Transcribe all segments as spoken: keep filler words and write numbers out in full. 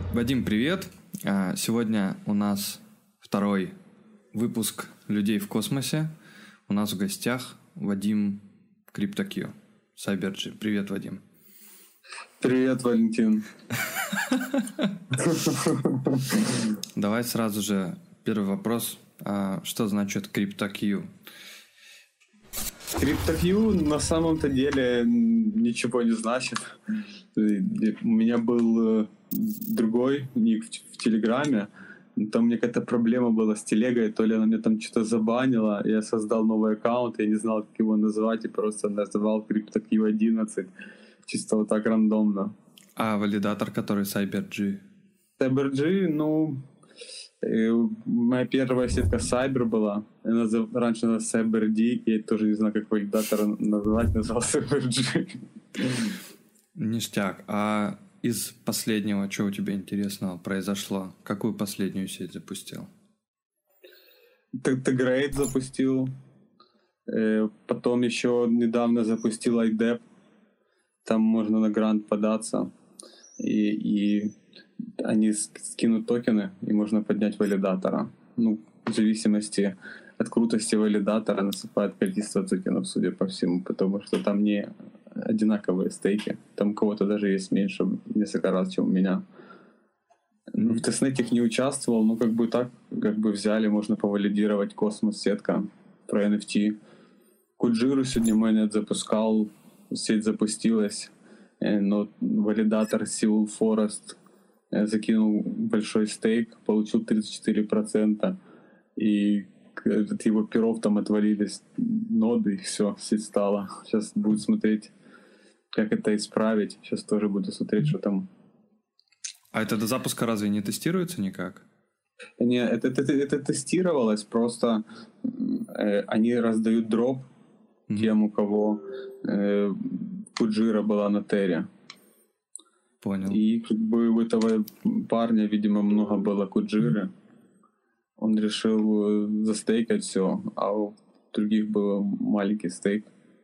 Вадим, привет! А, Сегодня у нас второй выпуск «Людей в космосе». У нас в гостях Вадим CryptoQ, CyberG. Привет, Вадим. Привет, Валентин. Давай сразу же первый вопрос. А Что значит CryptoQ? CryptoQ на самом-то деле ничего не значит. У меня был другой ник в Телеграме. Там у меня какая-то проблема была с телегой, то ли она мне там что-то забанила. Я создал новый аккаунт, я не знал, как его назвать, и просто называл CryptoQ одиннадцать. Чисто вот так рандомно. А валидатор, который CyberG? CyberG, ну... Моя первая сетка Cyber была. Она раньше называлась CyberD. Я тоже не знаю, как валидатор назвать. Назвал CyberG. Ништяк. А из последнего, что у тебя интересного произошло? Какую последнюю сеть запустил? Tegrate запустил. Потом еще недавно запустил iDep. Там можно на грант податься. И... и они скинут токены, и можно поднять валидатора. Ну, в зависимости от крутости валидатора насыпает количество токенов, судя по всему, потому что там не одинаковые стейки. Там у кого-то даже есть меньше, несколько раз, чем у меня. Ну, в тестнетах не участвовал, но как бы так, как бы взяли, можно повалидировать космос-сетка про эн эф ти. Куджиру сегодня майнет запускал, сеть запустилась, но валидатор Seoul Forest закинул большой стейк, получил тридцать четыре процента, и от его перов там отвалились ноды, и все, сеть стала. Сейчас буду смотреть, как это исправить. Сейчас тоже буду смотреть, что там. А это до запуска разве не тестируется никак? Не, это, это, это тестировалось, просто э, они раздают дроп mm-hmm. тем, у кого э, Куджира была на Терре. Понял. И как бы у этого парня, видимо, много было куджиры. Он решил застейкать все, а у других был маленький стейк.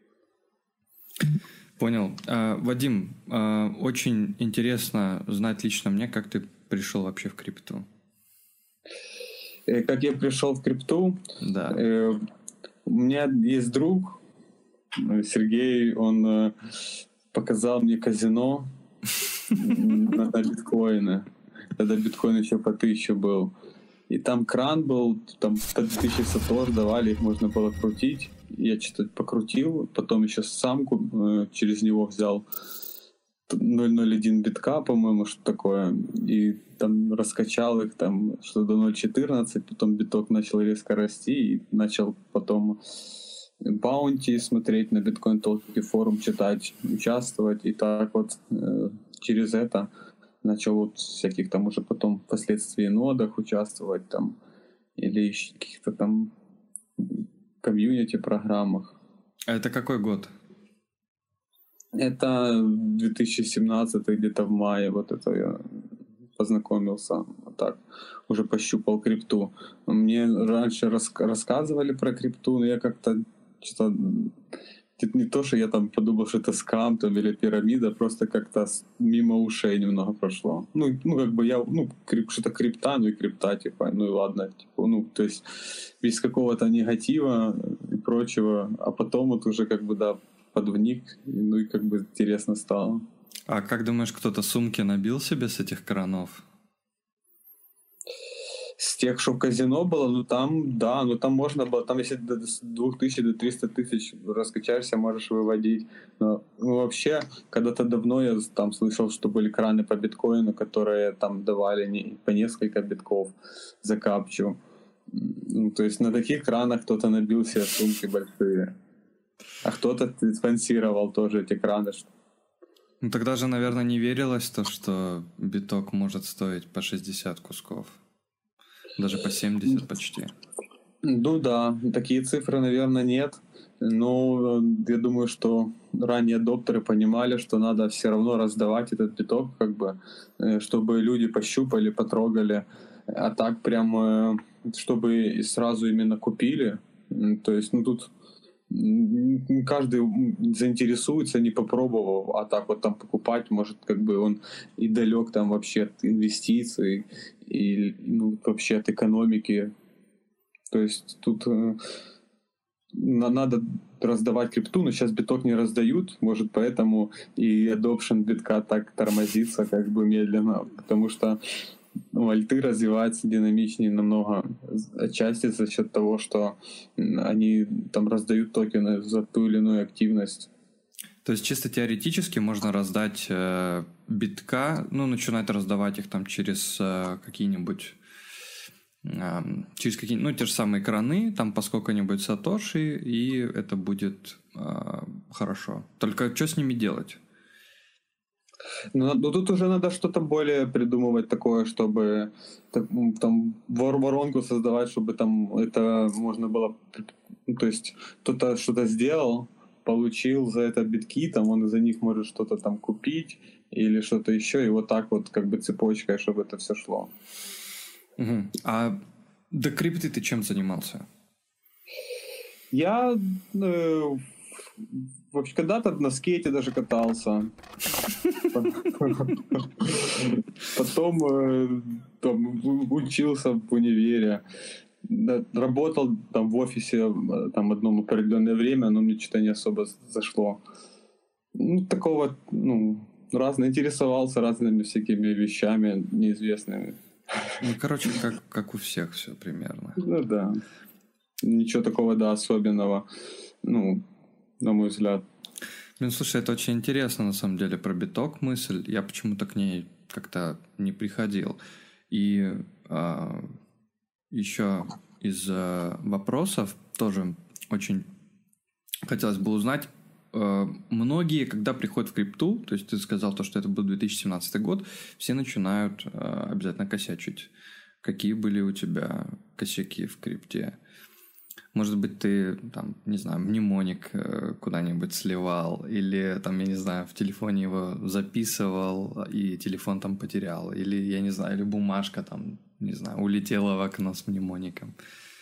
Понял. А, Вадим, а, очень интересно знать лично мне, как ты пришел вообще в крипту. Как я пришел в крипту? Да. Э, у меня есть друг, Сергей, он показал мне казино на, на биткоины. Тогда биткоин еще по тысяче был. И там кран был, там по две тысячи сатош давали, их можно было крутить. Я что-то покрутил, потом еще самку э, через него взял ноль ноль один битка, по-моему, что такое. И там раскачал их там что до ноль четырнадцать, потом биток начал резко расти и начал потом баунти смотреть, на биткоин толки форум читать, участвовать. И так вот э, через это начал вот всяких там уже потом впоследствии нодах участвовать там или в каких-то там комьюнити программах. А это какой год? Это две тысячи семнадцатый, где-то в мае, вот это я познакомился, вот так, уже пощупал крипту. Мне раньше рас- рассказывали про крипту, но я как-то что-то... Это не то, что я там подумал, что это скам там, или пирамида, просто как-то мимо ушей немного прошло. Ну, ну как бы я, ну, крип, что-то крипта, ну и крипта, типа, ну и ладно, типа, ну, то есть без какого-то негатива и прочего, а потом вот уже как бы, да, подвник, ну и как бы интересно стало. А как думаешь, кто-то сумки набил себе с этих кранов? С тех, что в казино было, ну там, да, ну там можно было, там если до двух тысяч до трёх тысяч раскачаешься, можешь выводить. Но ну, вообще, когда-то давно я там слышал, что были краны по биткоину, которые там давали не, по несколько битков за капчу. Ну, то есть на таких кранах кто-то набил себе сумки большие. А кто-то спонсировал тоже эти краны. Ну тогда же, наверное, не верилось то, что биток может стоить по шестьдесят кусков. Даже по семьдесят почти. Ну да, такие цифры, наверное, нет. Но я думаю, что ранние адоптеры понимали, что надо все равно раздавать этот биток, как бы, чтобы люди пощупали, потрогали. А так прям, чтобы сразу именно купили. То есть, ну тут каждый заинтересуется, не попробовав, а так вот там покупать, может, как бы он и далек там вообще от инвестиций, и ну, вообще от экономики. То есть тут э, надо раздавать крипту, но сейчас биток не раздают, может, поэтому и adoption битка так тормозится как бы медленно, потому что ну, альты развиваются динамичнее намного, отчасти за счет того, что они там раздают токены за ту или иную активность. То есть чисто теоретически можно раздать э, битка, ну, начинать раздавать их там через э, какие-нибудь э, через какие ну, те же самые краны, там по сколько-нибудь сатоши, и это будет э, хорошо. Только что с ними делать? Ну, ну тут уже надо что-то более придумывать такое, чтобы так, там вор воронку создавать, чтобы там это можно было, ну, то есть кто-то что-то сделал, получил за это битки, там он за них может что-то там купить или что-то еще, и вот так вот как бы цепочкой, чтобы это все шло. Угу. А до крипты ты чем занимался? Я э, вообще когда-то на скейте даже катался. Потом э, там, учился в универе. Работал там в офисе там одном определенное время, но мне что-то не особо зашло. Ну, такого, ну, разно интересовался разными всякими вещами неизвестными. Ну, короче, как, как у всех все примерно. Ну да. Ничего такого, да, особенного, ну, на мой взгляд. Блин, слушай, это очень интересно, на самом деле, про биток мысль. Я почему-то к ней как-то не приходил. И а, еще из а, вопросов тоже очень хотелось бы узнать. А, многие, когда приходят в крипту, то есть ты сказал, то, что это был две тысячи семнадцатый год, все начинают а, обязательно косячить. Какие были у тебя косяки в крипте? Может быть, ты, там, не знаю, мнемоник куда-нибудь сливал, или, там, я не знаю, в телефоне его записывал, и телефон там потерял, или, я не знаю, или бумажка там, не знаю, улетела в окно с мнемоником.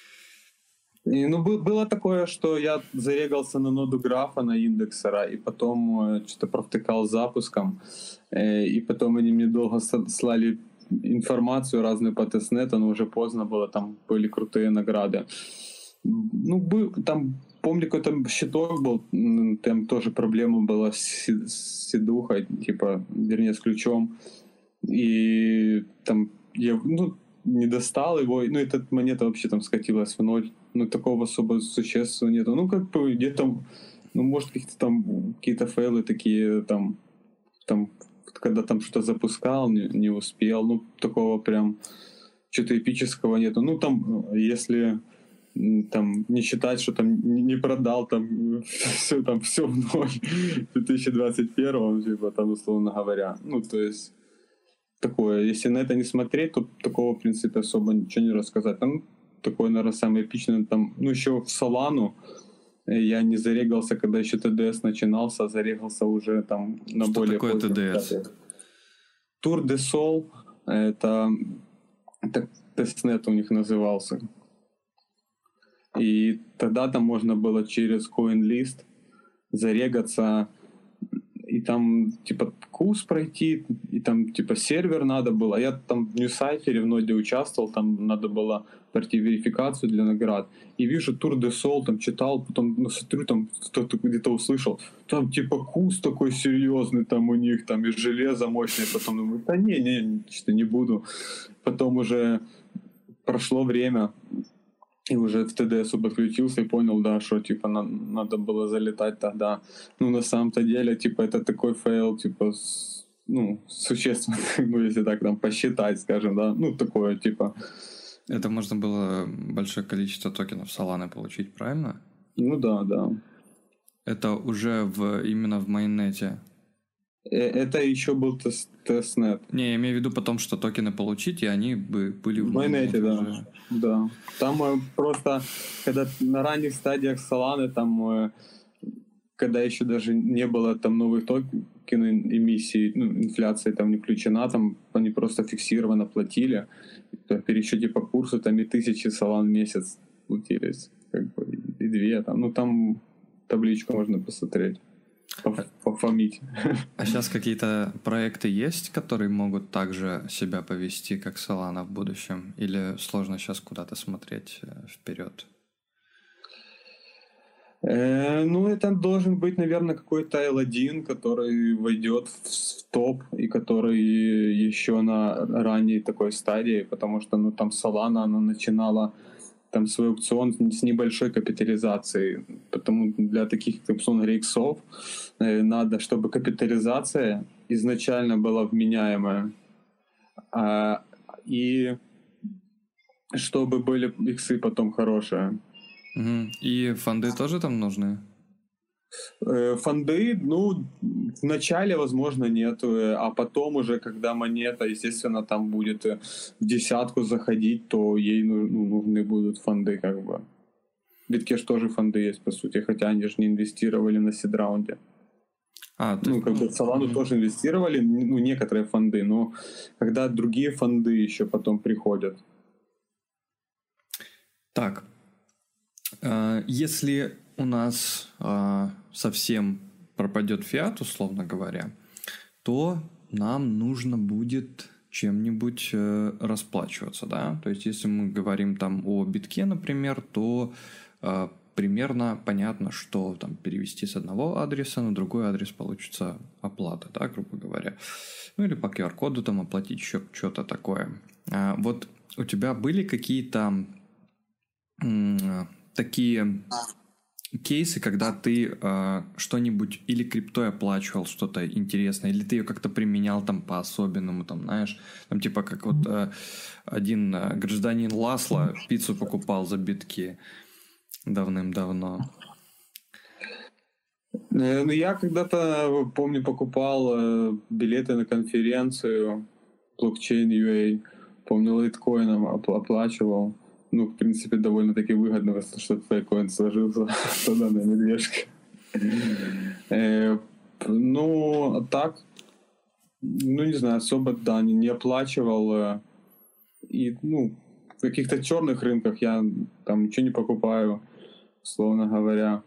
И, ну, было такое, что я зарегался на ноду графа, на индексера, и потом э, что-то провтыкал запуском, э, и потом они мне долго слали информацию разную по тестнету, но уже поздно было, там были крутые награды. Ну, был, там, помню, какой-то щиток был, там тоже проблема была с, с седухой, типа, вернее, с ключом. И там я, ну, не достал его, ну, эта монета вообще там скатилась в ноль. Ну, такого особо существенного нету. Ну, как бы где-то, ну, может, какие-то там, какие-то фейлы такие, там, там, когда там что-то запускал, не, не успел. Ну, такого прям, что-то эпического нету. Ну, там, если... там не считать, что там не продал там все там все в ноль в две тысячи двадцать первом, типа там условно говоря. Ну, то есть такое, если на это не смотреть, то такого в принципе особо ничего не рассказать. Там такое, наверное, самое эпичное, там, ну, еще в Солану я не зарегался, когда еще тэ дэ эс начинался, а зарегался уже там на что более такое тэ дэ эс? Tour de Sol, это, это тестнет у них назывался. И тогда там можно было через CoinList зарегаться, и там типа курс пройти, и там типа сервер надо было. Я там в Ньюсайфере в ноде участвовал, там надо было пройти верификацию для наград. И вижу Tour de Sol, там читал, потом ну, смотрю, там кто-то где-то услышал, там типа курс такой серьезный там у них, там и железо мощное. Потом думаю, да не, не, что не буду. Потом уже прошло время, и уже в тэ дэ эс подключился и понял, да, что, типа, на, надо было залетать тогда. Ну, на самом-то деле, типа, это такой фейл, типа, с, ну, существенно, ну, если так там посчитать, скажем, да, ну, такое, типа... Это можно было большое количество токенов Solana получить, правильно? Ну, да, да. Это уже в, именно в майннете? Это еще был тест, тестнет. Не, я имею в виду потом, что токены получить, и они бы были в, в майннете, да. Уже. Да. Там э, просто, когда на ранних стадиях Solana, там, э, когда еще даже не было там новых токенов эмиссии, ну, инфляция там не включена, там они просто фиксированно платили. В пересчете по курсу там и тысячи Solana в месяц платились, как бы, и две там, ну там табличку можно посмотреть, пофамить. А сейчас какие-то проекты есть, которые могут также себя повести, как Solana в будущем? Или сложно сейчас куда-то смотреть вперед? Э, ну, это должен быть, наверное, какой-то эл один, который войдет в топ и который еще на ранней такой стадии, потому что, ну, там Solana, она начинала там свой аукцион с небольшой капитализацией, потому для таких, как условно говоря, иксов э, надо, чтобы капитализация изначально была вменяемая, а, и чтобы были иксы потом хорошие. Угу. И фонды тоже там нужны? Э, фонды, ну, в начале, возможно, нет, а потом уже, когда монета, естественно, там будет в десятку заходить, то ей ну, нужны будут фонды, как бы. В Биткеш тоже фонды есть, по сути, хотя они же не инвестировали на сид-раунде. А, ну, есть... как бы в Solana mm-hmm. тоже инвестировали, ну, некоторые фонды, но когда другие фонды еще потом приходят. Так, если у нас э, совсем пропадет фиат, условно говоря, то нам нужно будет чем-нибудь э, расплачиваться, да? То есть, если мы говорим там о битке, например, то э, примерно понятно, что там перевести с одного адреса на другой адрес получится оплата, да, грубо говоря. Ну, или по ку ар-коду там оплатить еще что-то такое. А, вот у тебя были какие-то м- такие... кейсы, когда ты э, что-нибудь или криптой оплачивал что-то интересное, или ты ее как-то применял там по-особенному, там, знаешь, там типа как вот э, один э, гражданин Ласло пиццу покупал за битки давным-давно. Ну, я когда-то, помню, покупал э, билеты на конференцию Blockchain ю эй, помню, лайткоином оплачивал. Ну, в принципе, довольно-таки выгодно, что лайткоин сложился по данной медвежке. Ну, а так, ну, не знаю, особо, да, не оплачивал. И, ну, в каких-то черных рынках я там ничего не покупаю, условно говоря.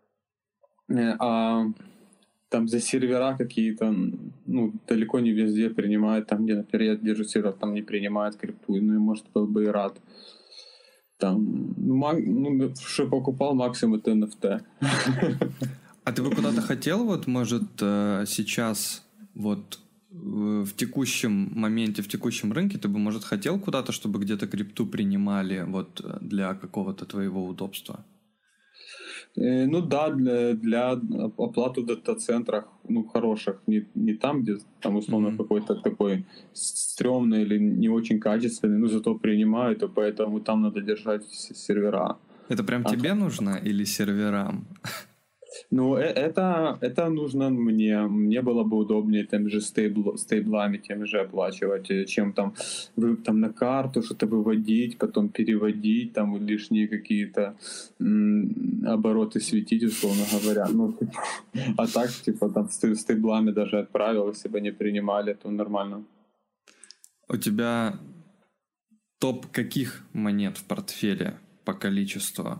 А там за сервера какие-то, ну, далеко не везде принимают. Там, где, например, я держу сервер, там не принимают крипту. Ну, и, может, был бы и рад. Там, ну, что покупал максимум это эн эф ти. А ты бы куда-то хотел, вот, может, сейчас, вот, в текущем моменте, в текущем рынке, ты бы, может, хотел куда-то, чтобы где-то крипту принимали, вот, для какого-то твоего удобства? Ну да, для, для оплаты в дата-центрах, ну, хороших, не, не там, где там условно mm-hmm. какой-то такой стрёмный или не очень качественный, но зато принимают, и поэтому там надо держать сервера. Это прям а тебе там... нужно или серверам? Ну, это, это нужно мне. Мне было бы удобнее тем же стейбл, стейблами, тем же оплачивать, чем там, вы, там на карту что-то выводить, потом переводить, там лишние какие-то м, обороты светить, условно говоря. Ну, типа, а так, типа, там стейблами даже отправил, если бы не принимали, то нормально. У тебя топ каких монет в портфеле по количеству?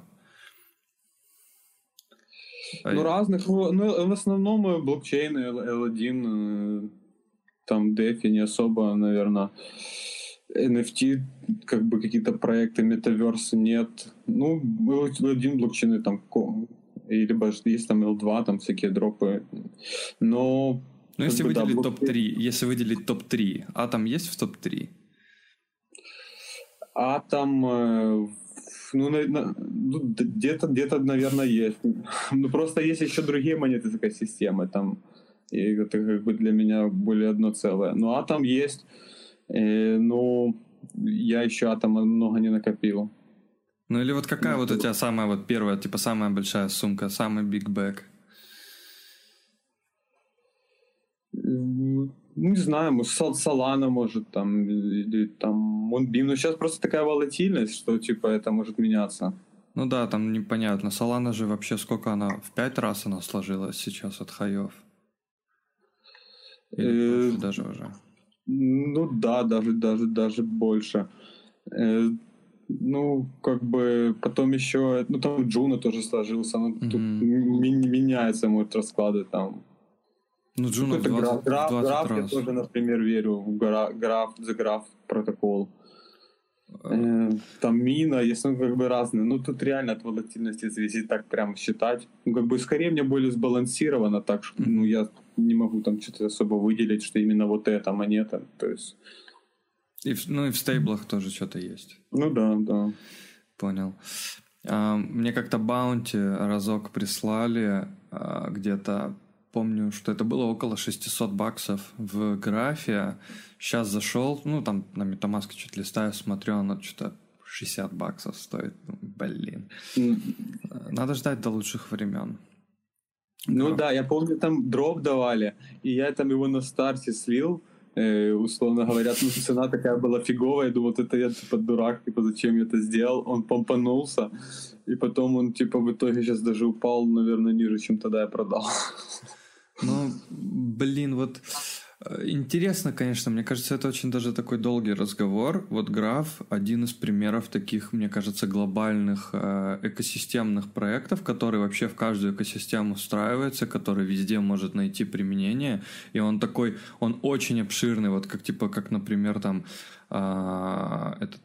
Ну, разных. Ну, в основном блокчейн, эл один, там DeFi не особо, наверное. эн эф ти, как бы какие-то проекты, метаверсы нет. Ну, эл один блокчейн, там, либо есть там эл два, там всякие дропы. Но... Ну, если бы, выделить да, топ три, если выделить топ три, Атом есть в топ три? Атом... Ну, на, на, ну, где-то, где-то, наверное, есть. Ну, просто есть еще другие монеты такой системы. Там, и это как бы для меня более одно целое. Ну, атом есть. Э, ну, я еще атома много не накопил. Ну, или вот какая ну, вот у тебя самая вот первая, типа, самая большая сумка, самый big bag? Не знаю, Solana может там, или там Moonbeam. Но сейчас просто такая волатильность, что типа это может меняться. Ну да, там непонятно. Solana же вообще сколько она? В пять раз она сложилась сейчас от хаев? Или больше даже уже? Ну да, даже, даже, даже больше. Ну, как бы потом еще, ну там Джуна тоже сложился, но Мгм. тут ми- меняется, может, расклады там. Ну, Джуна в Какой-то граф, двадцать, в граф, двадцать граф я раз. тоже, например, верю в гра- граф, The Graph протокол. Э, Там мина, есть, ну, как бы разные. Ну, тут реально от волатильности зависит, так прям считать. Ну, как бы скорее мне более сбалансировано, так что, ну, я не могу там что-то особо выделить, что именно вот это монета. То есть, И в- ну и в стейблах тоже что-то есть. ну да, да. Понял. А, мне как-то баунти разок прислали, а, где-то, помню, что это было около шестьсот баксов в графе. Сейчас зашел, ну там на MetaMask чуть листаю, смотрю, оно что-то шестьдесят баксов стоит. Ну, блин. М, Надо ждать до лучших времен. Ну Граф. да, я помню, там дроп давали, и я там его на старте слил, э, условно говоря, ну, цена такая была фиговая, я думал, вот это я типа дурак, типа зачем я это сделал, он помпанулся, и потом он типа в итоге сейчас даже упал, наверное, ниже, чем тогда я продал. Ну, блин, вот э, интересно, конечно, мне кажется, это очень даже такой долгий разговор. Вот граф один из примеров таких, мне кажется, глобальных э, экосистемных проектов, который вообще в каждую экосистему встраивается, который везде может найти применение, и он такой, он очень обширный, вот как типа, как, например, там а, этот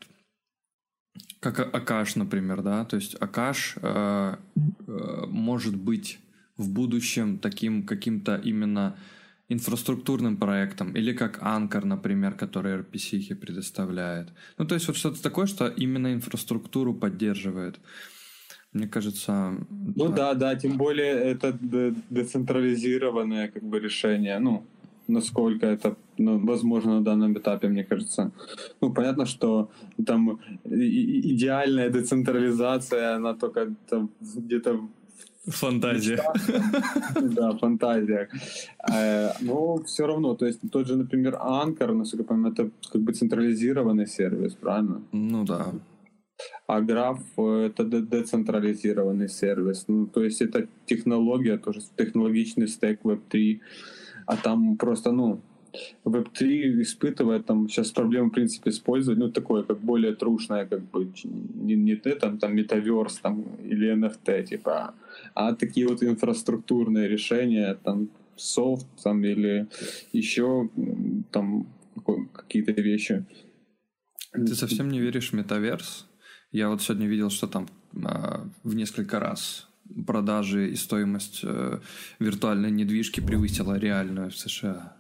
как А- Акаш, например, да, то есть Акаш э, э, может быть в будущем таким каким-то именно инфраструктурным проектом, или как Анкор, например, который эр пи си предоставляет. Ну, то есть вот что-то такое, что именно инфраструктуру поддерживает. Мне кажется... Ну да. да, да, тем более это де- децентрализированное как бы решение, ну, насколько это ну, возможно на данном этапе, мне кажется. Ну, понятно, что там и- и- идеальная децентрализация, она только там где-то в Фантазия. мечтах, там, да, фантазиях. Э, Но все равно, то есть тот же, например, Anchor, насколько я понимаю, это как бы централизированный сервис, правильно? Ну да. А граф э, это де- децентрализированный сервис. Ну, то есть это технология, тоже технологичный стек веб три. А там просто, ну, веб три испытывает там сейчас проблему, в принципе, использовать, ну, такое, как более трушное, как бы, ч- не, не ты там, там, метаверс там, или эн эф ти, типа, а такие вот инфраструктурные решения, там, софт, там, или еще, м, там, какой- какие-то вещи. Ты совсем не веришь в метаверс? Я вот сегодня видел, что там а, в несколько раз продажи и стоимость э, виртуальной недвижки превысила реальную в США.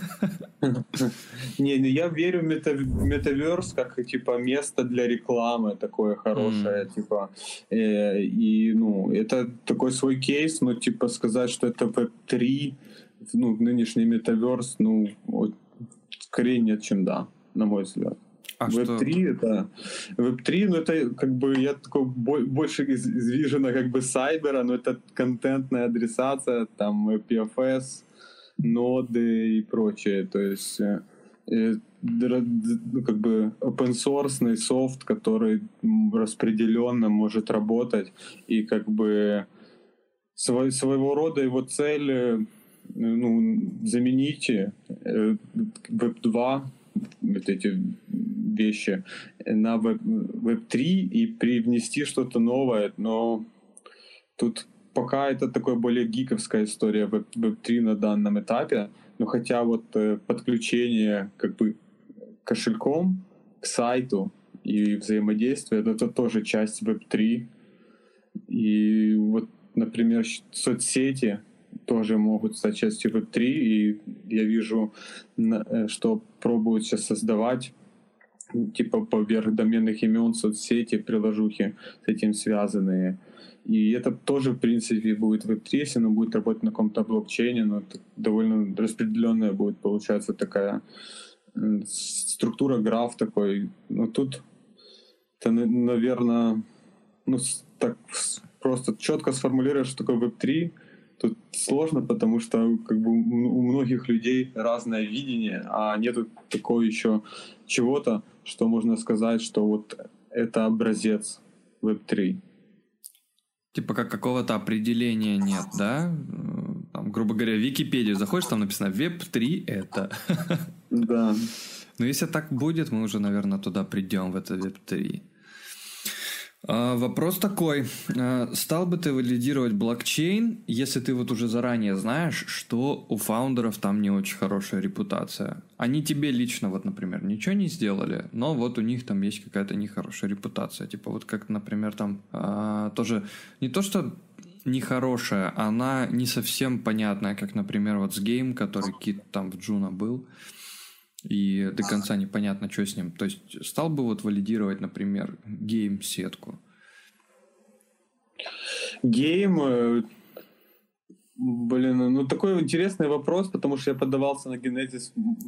Не, ну я верю в мета- в метаверс как типа место для рекламы такое хорошее, типа э, и ну это такой свой кейс, но типа сказать, что это веб три, ну нынешний метаверс, ну вот, скорее нет, чем да, на мой взгляд. А веб что? три это веб три, ну это как бы я такой бо- больше из, из вижена как бы сайбера, но это контентная адресация, там пи эф эс, ноды и прочее, то есть э, э, дра- д- ну, как бы open source софт, который м, распределенно может работать и как бы свой, своего рода его цель э, ну, заменить э, веб два вот эти вещи на веб, веб три и привнести что-то новое, но тут пока это такая более гиковская история веб, веб три на данном этапе, но хотя вот э, подключение как бы кошельком к сайту и взаимодействие, это тоже часть веб три. И вот, например, щ- соцсети тоже могут стать частью веб три, и я вижу, на- э, что пробуют сейчас создавать м, типа поверх доменных имен соцсети, приложухи с этим связанные. И это тоже, в принципе, будет веб три, если оно будет работать на каком-то блокчейне, но это довольно распределенная будет получаться такая м, структура граф такой. Но тут это, наверное, ну, с- так с- просто четко сформулировать, что такое веб три, тут сложно, потому что как бы у у многих людей разное видение, а нету такого еще чего-то, что можно сказать, что вот это образец веб три. Типа как какого-то определения нет, да? Э, Там, грубо говоря, в Википедию заходишь, там написано веб три это. Да. Но если так будет, мы уже, наверное, туда придем, в это веб три. А, вопрос такой. А, стал бы ты валидировать блокчейн, если ты вот уже заранее знаешь, что у фаундеров там не очень хорошая репутация? Они тебе лично, вот, например, ничего не сделали, но вот у них там есть какая-то нехорошая репутация. Типа вот как, например, там а, тоже не то, что нехорошая, она не совсем понятная, как, например, вот с Game, который кит там в Джуна был, и до конца непонятно, что с ним. То есть стал бы вот валидировать, например, гейм-сетку? Гейм, э, блин, ну такой интересный вопрос, потому что я подавался на Genesis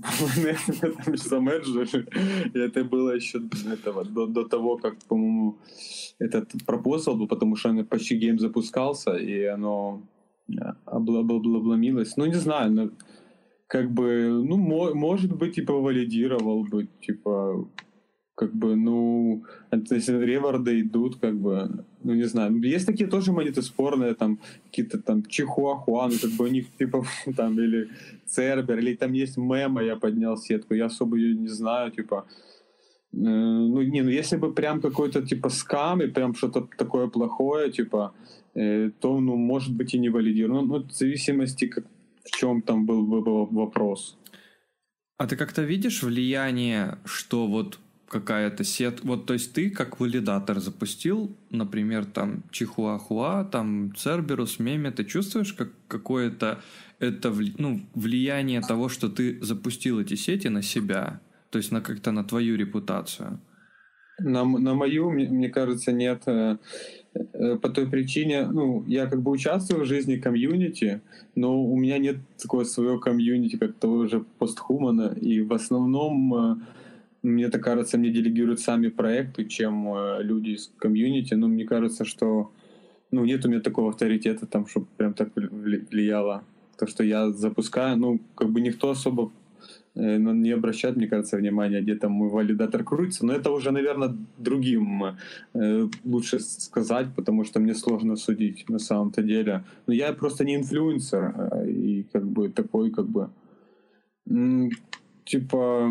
за менеджер, и это было еще этого, до, до того, как, по-моему, этот пропозал был, потому что почти гейм запускался, и оно обломилось. Ну, не знаю, но как бы, ну, мо- может быть, типа, валидировал бы, типа, как бы, ну, если реварды идут, как бы, ну, не знаю. Есть такие тоже монеты спорные, там, какие-то там Чихуахуа, ну, как бы у них, типа, там, или Цербер, или там есть Мема, я поднял сетку, я особо ее не знаю, типа, э, ну, не, ну, если бы прям какой-то, типа, скам, и прям что-то такое плохое, типа, э, то, ну, может быть, и не валидировал. Ну, в зависимости, как, в чем там был, был вопрос. А ты как-то видишь влияние, что вот какая-то сет... Вот, то есть ты как валидатор запустил, например, там Чихуахуа, там Церберус, Меме, ты чувствуешь как какое-то это вли... ну, влияние того, что ты запустил эти сети на себя? То есть на как-то на твою репутацию? На, на мою, мне, мне кажется, нет. э, э, По той причине, ну, я как бы участвую в жизни комьюнити, но у меня нет такого своего комьюнити, как того же постхумана, и в основном, э, мне так кажется, мне делегируют сами проекты, чем э, люди из комьюнити. Но мне кажется, что, ну, нет у меня такого авторитета, там, чтобы прям так вли- влияло. То, что я запускаю, ну, как бы никто особо э, ну, не обращает, мне кажется, внимания, где там мой валидатор крутится. Но это уже, наверное, другим э, лучше сказать, потому что мне сложно судить на самом-то деле. Но я просто не инфлюенсер, э, и как бы такой, как бы, м, типа,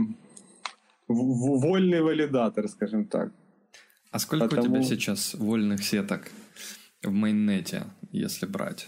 в- в- вольный валидатор, скажем так. А сколько у тебя Потому... сейчас вольных сеток в мейннете, если брать?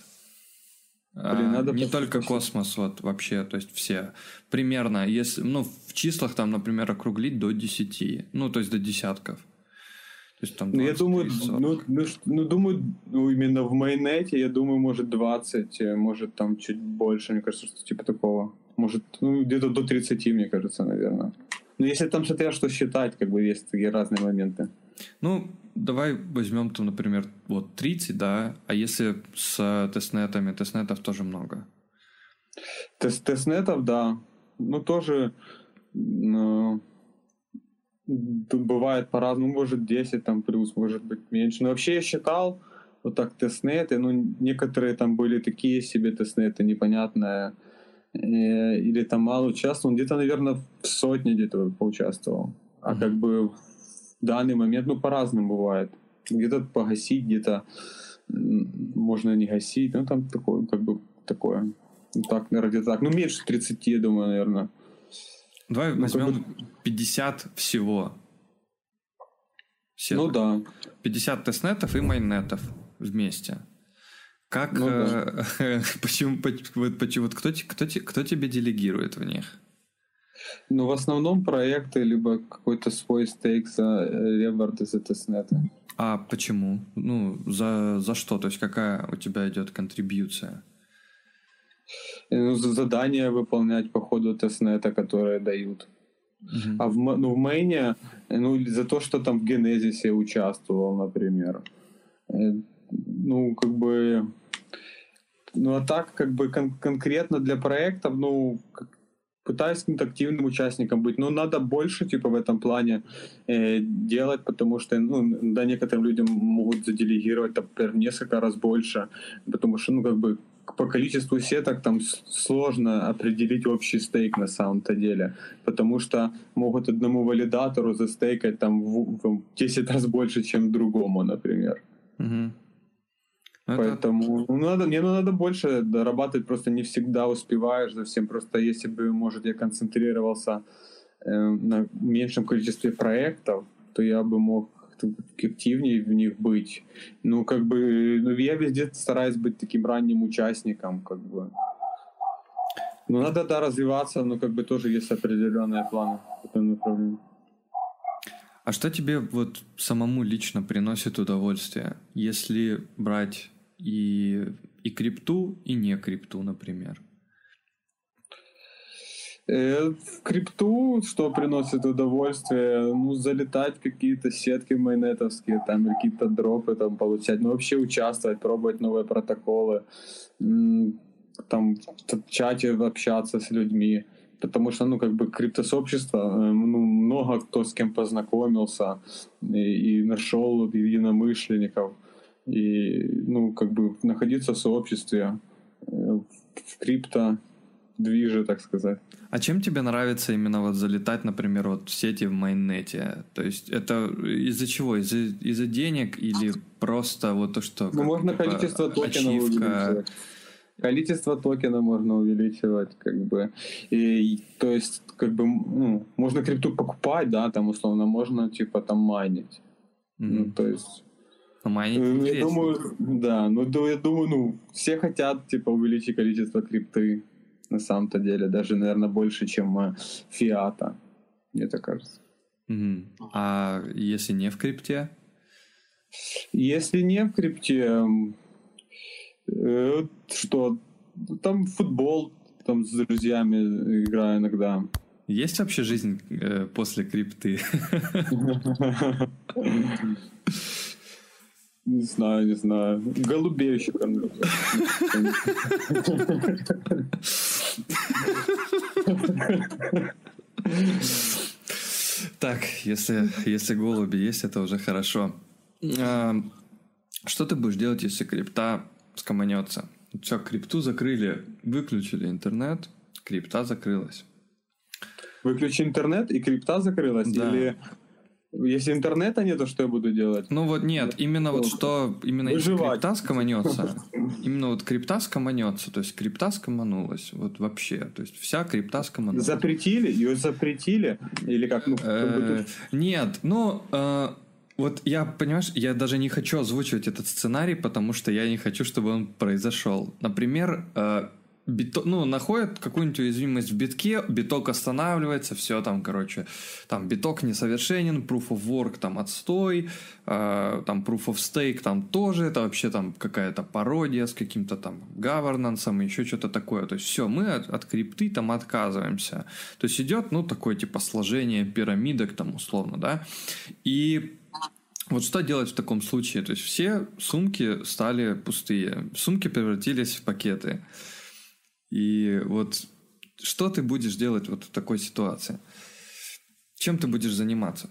Блин, А, надо не пос- только пос- космос, вот вообще, то есть все. Примерно, если, ну, в числах там, например, округлить до десяти, ну, то есть до десятков. То есть там Ну, я двадцать, думаю, тридцать, ну, сорок. ну, ш- ну, думаю, ну, именно в майонете, я думаю, может двадцать, э, может там чуть больше, мне кажется, что типа такого. Может, ну, где-то до тридцати, мне кажется, наверное. Но если там смотря что считать, как бы есть такие разные моменты. Ну, давай возьмем там, например, вот тридцать, да, а если с тестнетами, тестнетов тоже много. Тест, тестнетов, да. Ну, тоже, ну, тут бывает по-разному, может десять там плюс, может быть меньше. Но вообще я считал, вот так тестнеты, ну, некоторые там были такие себе тестнеты, непонятные, э, или там мало участвовал, где-то, наверное, в сотне где-то поучаствовал. А Мгм. как бы в данный момент, ну, по-разному бывает. Где-то погасить, где-то м, можно не гасить, ну, там такое, как бы, такое. Ну, так, наверное, где-то так. Ну, меньше тридцати, я думаю, наверное. Давай Ну, как возьмем бы, пятьдесят всего ну, сеток. да. пятьдесят тестнетов и майннетов вместе. Как, Ну, да. э, почему, поч- вот, почему, вот кто, те- кто, те- кто тебе делегирует в них? Ну, в основном проекты, либо какой-то свой стейк за э, реварды за тестнеты. А почему? Ну, за, за что? То есть какая у тебя идет контрибьюция? Э, Ну, за- задания выполнять по ходу тестнета, которые дают. Мгм. А в, м- ну, в мейне, э, ну, или за то, что там в генезисе участвовал, например. Э, Ну, как бы... Ну, а так, как бы кон- конкретно для проектов, ну, как- пытаюсь каким-то активным участником быть. Но надо больше, типа, в этом плане э, делать, потому что, ну, да, некоторым людям могут заделегировать, например, в несколько раз больше, потому что, ну, как бы, по количеству сеток там с- сложно определить общий стейк на самом-то деле, потому что могут одному валидатору застейкать там в, в десять раз больше, чем другому, например. Мгм. Ну, это... Поэтому ну, надо, мне ну, надо больше дорабатывать, просто не всегда успеваешь за всем. Просто если бы, может, я концентрировался э, на меньшем количестве проектов, то я бы мог активнее в них быть. Ну, как бы, ну, я везде стараюсь быть таким ранним участником, как бы. Ну, надо, да, развиваться, но как бы тоже есть определенные планы в этом направлении. А что тебе вот самому лично приносит удовольствие, если брать и, и крипту, и не крипту, например? Э, В крипту, что приносит удовольствие, ну, залетать в какие-то сетки майнетовские, там, какие-то дропы там получать, ну, вообще участвовать, пробовать новые протоколы, м, там, в чате общаться с людьми, потому что, ну, как бы криптосообщество, э, ну, много кто с кем познакомился и, и нашел единомышленников, и, ну, как бы находиться в сообществе, э, в крипто движе, так сказать. А чем тебе нравится именно вот залетать, например, вот в сети в майннете? То есть это из-за чего? Из-за, из-за денег или просто вот то, что... Ну, как, можно типа, количество токенов ачивка? увеличивать. Количество токенов можно увеличивать, как бы. И, то есть, как бы, ну, можно крипту покупать, да, там, условно, можно, типа, там, майнить. Мгм. Ну, то есть... Ну, майнить э, Я интереснее. думаю, да, ну, да, я думаю, ну, все хотят, типа, увеличить количество крипты, на самом-то деле, даже, наверное, больше, чем э, фиата, мне так кажется. Мгм. А если не в крипте? Если не в крипте, м, э, что, там футбол, там с друзьями играю иногда. Есть вообще жизнь э, после крипты? Не знаю, не знаю. Голубей еще кормлю. Так, если, если голуби есть, это уже хорошо. А, что ты будешь делать, если крипта скоманется? Все, крипту закрыли, выключили интернет, крипта закрылась. Выключи интернет, и крипта закрылась? Да. Или если интернета нет, то что я буду делать? Ну вот нет, именно вот что, именно если Выживать. крипта скоманется, именно вот крипта скоманется, то есть крипта скоманулась, вот вообще, то есть вся крипта скоманулась. Запретили? Ее запретили? Или как? Ну, как бы Э, тут... Нет, ну, э, вот я, понимаешь, я даже не хочу озвучивать этот сценарий, потому что я не хочу, чтобы он произошел. Например, э, бито- ну, находят какую-нибудь уязвимость в битке, биток останавливается, все там, короче, там биток несовершенен, proof of work там отстой, э, там proof of stake там тоже, это вообще там какая-то пародия с каким-то там governance, еще что-то такое. То есть все, мы от, от крипты там отказываемся. То есть идет, ну, такое типа сложение пирамидок там условно, да, и вот что делать в таком случае? То есть все сумки стали пустые, сумки превратились в пакеты. И вот что ты будешь делать вот в такой ситуации? Чем ты будешь заниматься?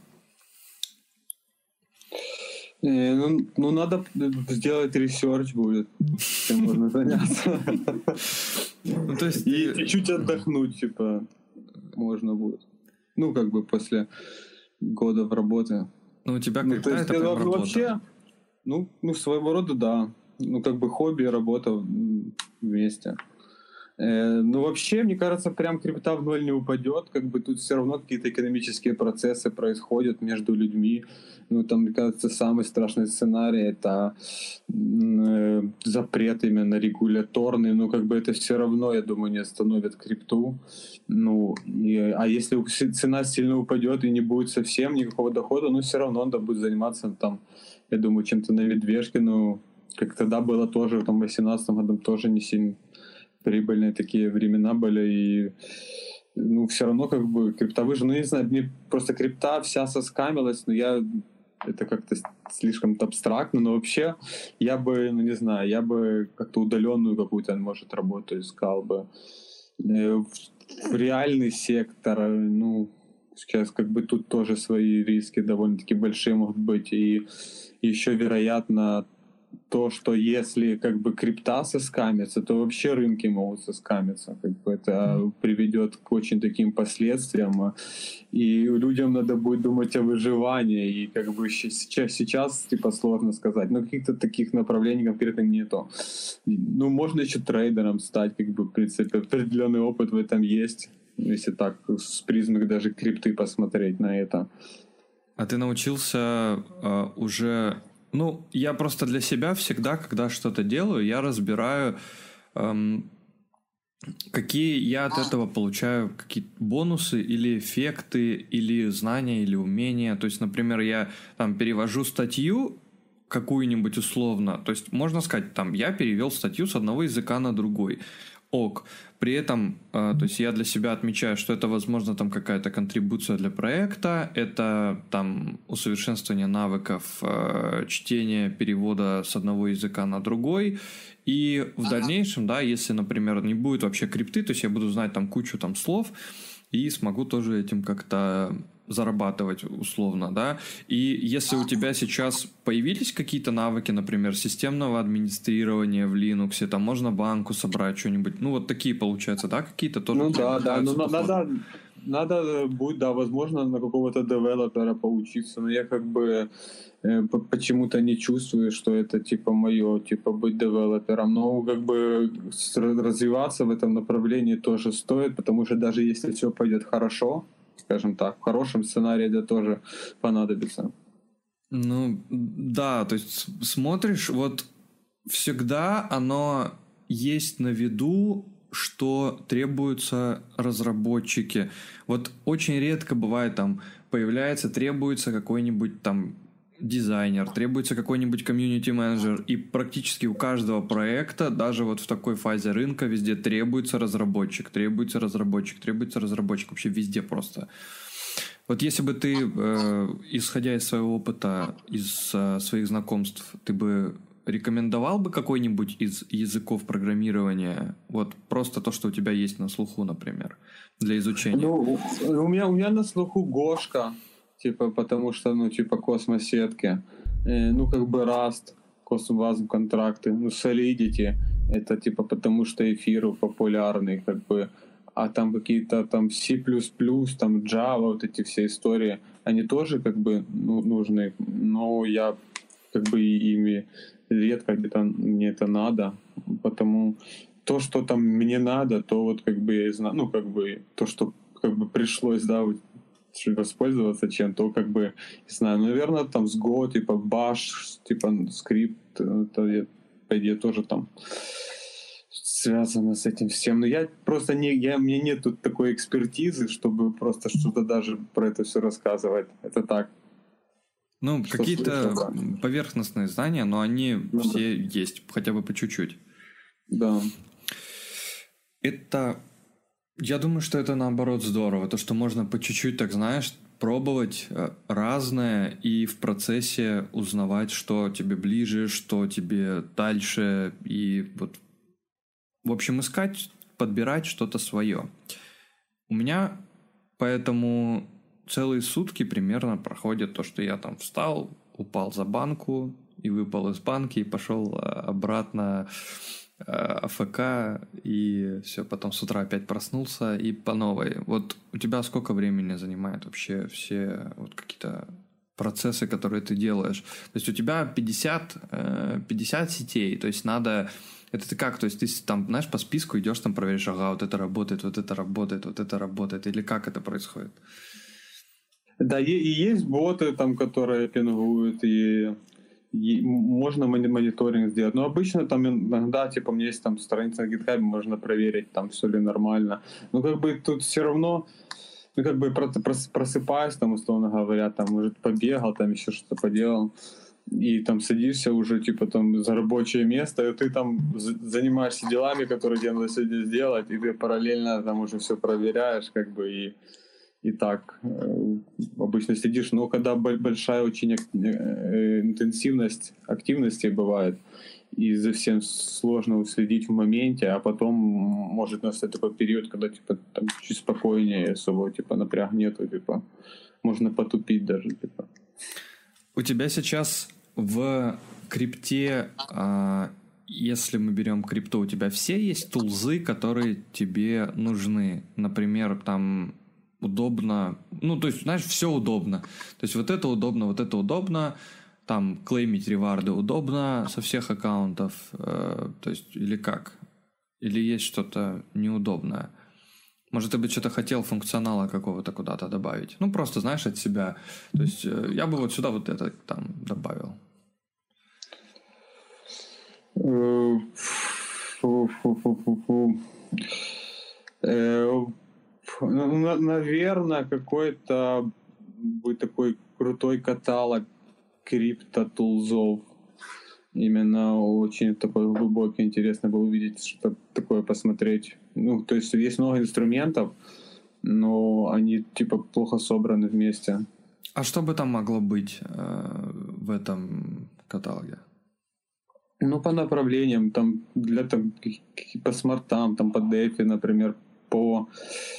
Э, Ну, ну, надо сделать ресерч будет, чем можно заняться. Ну, то есть И ты- чуть отдохнуть, типа, можно будет. Ну, как бы после годов работы. ну, у тебя Ну, крипта то это есть, прям ну, работа. вообще, ну, ну, своего рода, да. Ну, как бы хобби и работа м, вместе. Э, Ну, вообще, мне кажется, прям крипта в ноль не упадет. Как бы тут все равно какие-то экономические процессы происходят между людьми. Ну, там, мне кажется, самый страшный сценарий — это м, э, запрет именно регуляторный. Ну, как бы это все равно, я думаю, не остановит крипту. Ну, и- а если у- цена сильно упадет и не будет совсем никакого дохода, ну, все равно надо будет заниматься там, я думаю, чем-то на медвежке. Ну, как тогда было тоже, в том восемнадцатом году тоже не сильно прибыльные такие времена были, и ну, все равно как бы крипта выжила. Ну, не знаю, мне просто крипта вся соскамилась, но я это как-то с- слишком абстрактно, но вообще я бы, ну не знаю, я бы как-то удаленную какую-то, может, работу искал бы. Э, В, в реальный сектор, э, ну, сейчас как бы тут тоже свои риски довольно-таки большие могут быть, и еще, вероятно, то, что если как бы крипта соскамится, то вообще рынки могут соскамиться. Как бы это приведет к очень таким последствиям. И людям надо будет думать о выживании. И как бы щ- сейчас, сейчас типа сложно сказать. Но каких-то таких направлений конкретно нету. Ну, можно еще трейдером стать, как бы, в принципе, определенный опыт в этом есть. Если так с призмы даже крипты посмотреть на это. А ты научился э, уже... Ну, я просто для себя всегда, когда что-то делаю, я разбираю, эм, какие я от этого получаю какие-то бонусы или эффекты, или знания, или умения. То есть, например, я там перевожу статью какую-нибудь условно. То есть, можно сказать, там, я перевел статью с одного языка на другой. Ок. При этом, э, то есть я для себя отмечаю, что это, возможно, там какая-то контрибуция для проекта, это там усовершенствование навыков э, чтения, перевода с одного языка на другой. И в дальнейшем, да, если, например, не будет вообще крипты, то есть я буду знать там кучу там слов и смогу тоже этим как-то зарабатывать условно, да. И если у тебя сейчас появились какие-то навыки, например, системного администрирования в Linux, там можно банку собрать что-нибудь, ну вот такие получаются, да, какие-то тоже. Ну да, да, ну надо, надо будет, да, возможно, на какого-то девелопера поучиться, но я как бы э, почему-то не чувствую, что это типа мое, типа быть девелопером, но как бы развиваться в этом направлении тоже стоит, потому что даже если все пойдет хорошо, скажем так, в хорошем сценарии это тоже понадобится. Ну, да, то есть смотришь, вот всегда оно есть на виду, что требуются разработчики. Вот очень редко бывает там появляется, требуется какой-нибудь там дизайнер, требуется какой-нибудь комьюнити-менеджер, и практически у каждого проекта, даже вот в такой фазе рынка, везде требуется разработчик, требуется разработчик, требуется разработчик, вообще везде просто. Вот если бы ты, э, исходя из своего опыта, из э, своих знакомств, ты бы рекомендовал бы какой-нибудь из языков программирования, вот просто то, что у тебя есть на слуху, например, для изучения? Ну, у меня, у меня на слуху Гошка, типа, потому что, ну, типа, космосетки, э, ну, как бы Rust, космос контракты, ну, Solidity, это, типа, потому что эфир популярный, как бы, а там какие-то там C++, там Java, вот эти все истории, они тоже, как бы, ну, нужны, но я, как бы, ими редко где-то мне это надо, потому то, что там мне надо, то вот, как бы, я знаю, ну, как бы, то, что, как бы, пришлось, да, воспользоваться чем-то, как бы, не знаю, наверное, там с Go, типа Bash, типа скрипт, это, по идее, тоже там связано с этим всем. Но я просто не, я, у меня нет тут такой экспертизы, чтобы просто что-то даже про это все рассказывать. Это так. Ну, что какие-то слышал, да. Поверхностные знания, но они ну, все да. есть, хотя бы по чуть-чуть. Да. Это... Я думаю, что это наоборот здорово, то, что можно по чуть-чуть, так знаешь, пробовать разное и в процессе узнавать, что тебе ближе, что тебе дальше, и вот, в общем, искать, подбирать что-то свое. У меня поэтому целые сутки примерно проходит то, что я там встал, упал за банку и выпал из банки и пошел обратно АФК, и все, потом с утра опять проснулся и по новой. Вот у тебя сколько времени занимает вообще все вот какие-то процессы, которые ты делаешь? То есть у тебя пятьдесят, пятьдесят сетей, то есть надо... Это ты как? То есть ты там, знаешь, по списку идешь, там проверяешь, ага, вот это работает, вот это работает, вот это работает, или как это происходит? Да, и, и есть боты там, которые пингуют, и... И можно мониторинг сделать. Но обычно там иногда, типа, у меня есть там страница на GitHub, можно проверить, там все ли нормально. Но как бы тут все равно, ну как бы просыпаюсь, там, условно говоря, там, может, побегал, там еще что-то поделал, и там садишься уже, типа, там, за рабочее место, и ты там занимаешься делами, которые тебе надо сегодня сделать, и ты параллельно там уже все проверяешь, как бы, и И так э, обычно сидишь, но когда большая очень э, интенсивность активности бывает, и за всем сложно уследить в моменте, а потом может настать такой период, когда типа там чуть спокойнее, особо типа напряг нету, типа можно потупить даже, типа. У тебя сейчас в крипте, а, если мы берем крипту, у тебя все есть тулзы, которые тебе нужны, например, там удобно, ну, то есть, знаешь, все удобно. То есть, вот это удобно, вот это удобно, там, клеймить реварды удобно со всех аккаунтов, э, то есть, или как? Или есть что-то неудобное? Может, ты бы что-то хотел функционала какого-то куда-то добавить. Ну, просто, знаешь, от себя. То есть я бы вот сюда вот это там добавил. Фу-фу-фу-фу-фу. Наверное, какой-то будет такой крутой каталог криптотулзов. Именно очень такой глубокий, интересно было увидеть, что такое посмотреть. Ну, то есть есть много инструментов, но они типа плохо собраны вместе. А что бы там могло быть э, в этом каталоге? Ну, по направлениям, там, для там, по смартам, там, по дефи, например, по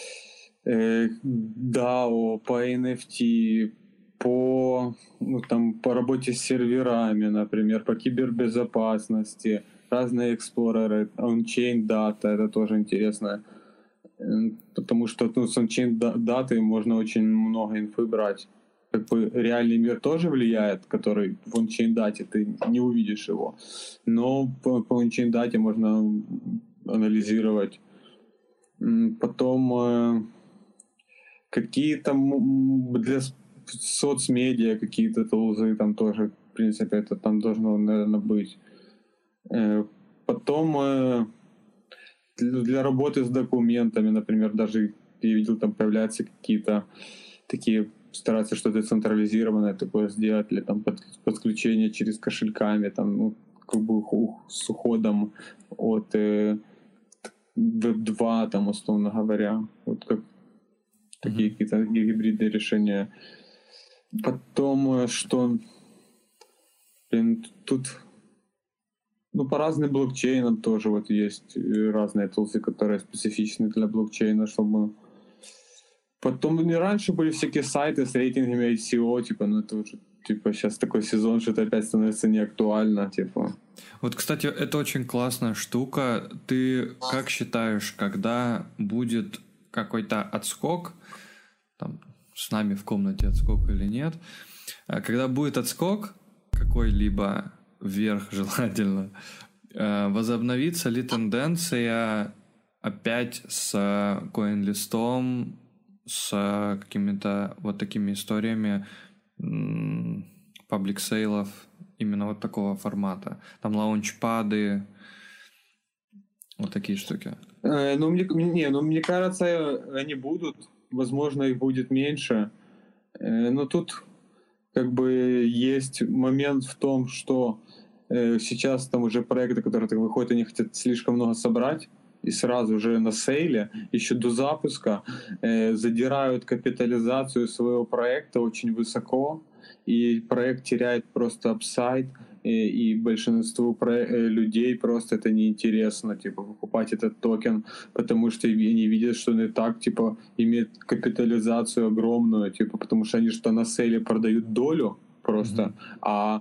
э, дао, по эн эф ти, по, ну, там, по работе с серверами, например, по кибербезопасности, разные эксплореры, on-chain data, это тоже интересно, потому что ну, с on-chain даты можно очень много инфы брать. Как бы реальный мир тоже влияет, который в on-chain дате ты не увидишь его, но по, по on-chain дате можно анализировать. Потом э, какие-то для соцмедиа какие-то тулзы там тоже, в принципе, это там должно, наверное, быть. Э, потом э, для, для работы с документами, например, даже я видел, там появляются какие-то такие, стараться что-то централизированное такое сделать, или там под, подключение через кошельками, там, ну, как бы с уходом от э, веб два, там, условно говоря. Вот как mm-hmm. такие какие-то гибридные решения. Потом, что блин, тут ну, по разным блокчейнам тоже вот есть разные тулсы, которые специфичны для блокчейна, чтобы потом не раньше были всякие сайты с рейтингами ай си о, типа, ну это уже типа сейчас такой сезон, что это опять становится неактуально, типа. Вот, кстати, это очень классная штука. Ты как считаешь, когда будет какой-то отскок, там, с нами в комнате отскок или нет, когда будет отскок какой-либо вверх желательно, возобновится ли тенденция опять с CoinList'ом, с какими-то вот такими историями паблик-сейлов именно вот такого формата. Там лаунчпады, вот такие штуки. Э, ну, мне, не, ну, мне кажется, они будут. Возможно, их будет меньше. Э, но тут как бы есть момент в том, что э, сейчас там уже проекты, которые так выходят, они хотят слишком много собрать. И сразу же на сейле, еще до запуска, э, задирают капитализацию своего проекта очень высоко, и проект теряет просто апсайд, и, и большинству про, э, людей просто это неинтересно, типа, покупать этот токен, потому что они видят, что он и так, типа, имеет капитализацию огромную, типа, потому что они что на сейле продают долю просто, mm-hmm. а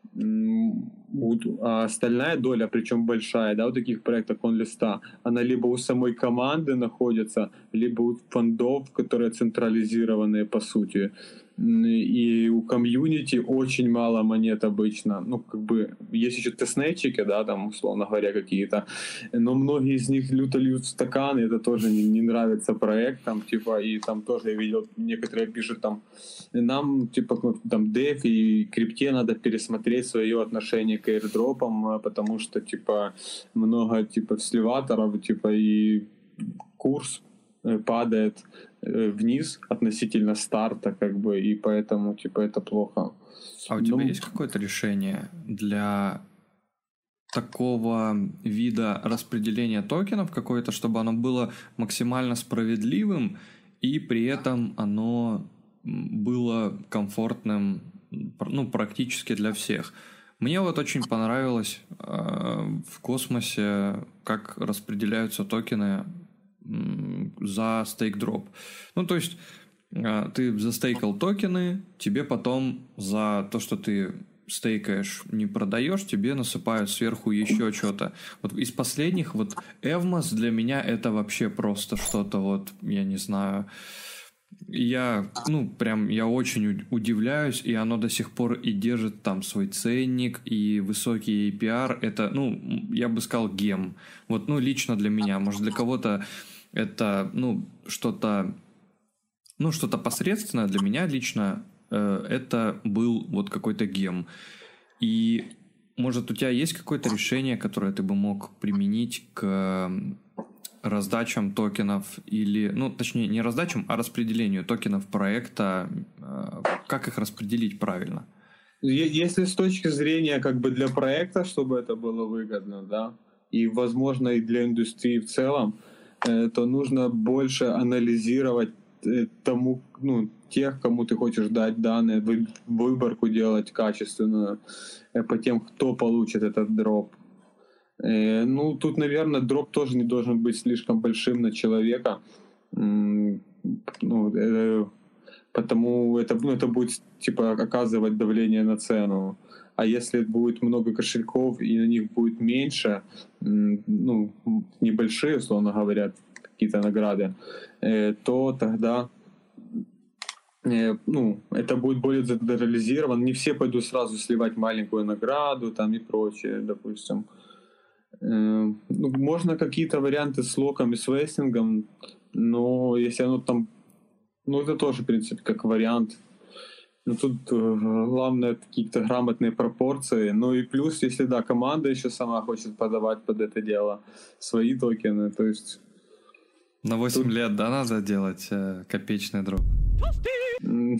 а остальная доля, причем большая, да, у таких проектов CoinList'а, она либо у самой команды находится, либо у фондов, которые централизированные по сути. И у комьюнити очень мало монет обычно. Ну, как бы, есть еще тестнетчики, да, там, условно говоря, какие-то, но многие из них люто льют в стаканы, это тоже не, не нравится проектам, типа, и там тоже я видел, некоторые пишут там, нам, типа, там, деф и крипте надо пересмотреть свое отношение к airdropам, потому что, типа, много, типа, сливаторов, типа, и курс падает вниз относительно старта, как бы, и поэтому, типа, это плохо. А у тебя ну... есть какое-то решение для такого вида распределения токенов какое-то, чтобы оно было максимально справедливым и при этом оно было комфортным, ну, практически для всех? Мне вот очень понравилось э, в космосе, как распределяются токены за стейк-дроп. Ну, то есть, ты застейкал токены, тебе потом за то, что ты стейкаешь, не продаешь, тебе насыпают сверху еще что-то. Вот из последних, вот Evmos для меня это вообще просто что-то, вот, я не знаю... Я, ну, прям, я очень удивляюсь, и оно до сих пор и держит там свой ценник, и высокий эй пи ар, это, ну, я бы сказал, гем. Вот, ну, лично для меня, может, для кого-то это, ну, что-то, ну, что-то посредственное для меня лично. Э, это был вот какой-то гем. И, может, у тебя есть какое-то решение, которое ты бы мог применить к раздачам токенов или, ну, точнее, не раздачам, а распределению токенов проекта? Э, как их распределить правильно? Если с точки зрения как бы для проекта, чтобы это было выгодно, да, и, возможно, и для индустрии в целом, э, то нужно больше анализировать э, тому, ну, тех, кому ты хочешь дать данные, вы- выборку делать качественную э, по тем, кто получит этот дроп. Э, ну, тут, наверное, дроп тоже не должен быть слишком большим на человека. М, ну, э, потому это, ну, это будет типа оказывать давление на цену. А если будет много кошельков и на них будет меньше, м, ну, небольшие, условно говоря, какие-то награды, э, то тогда э, ну, это будет более децентрализировано. Не все пойдут сразу сливать маленькую награду там и прочее, допустим. Э, ну, можно какие-то варианты с локом и с вестингом, но если оно там, ну, это тоже, в принципе, как вариант. Ну, тут э, главное какие-то грамотные пропорции. Ну и плюс, если, да, команда еще сама хочет подавать под это дело свои токены, то есть... На восемь Тут- лет, да, надо делать э, копеечный дроп? м,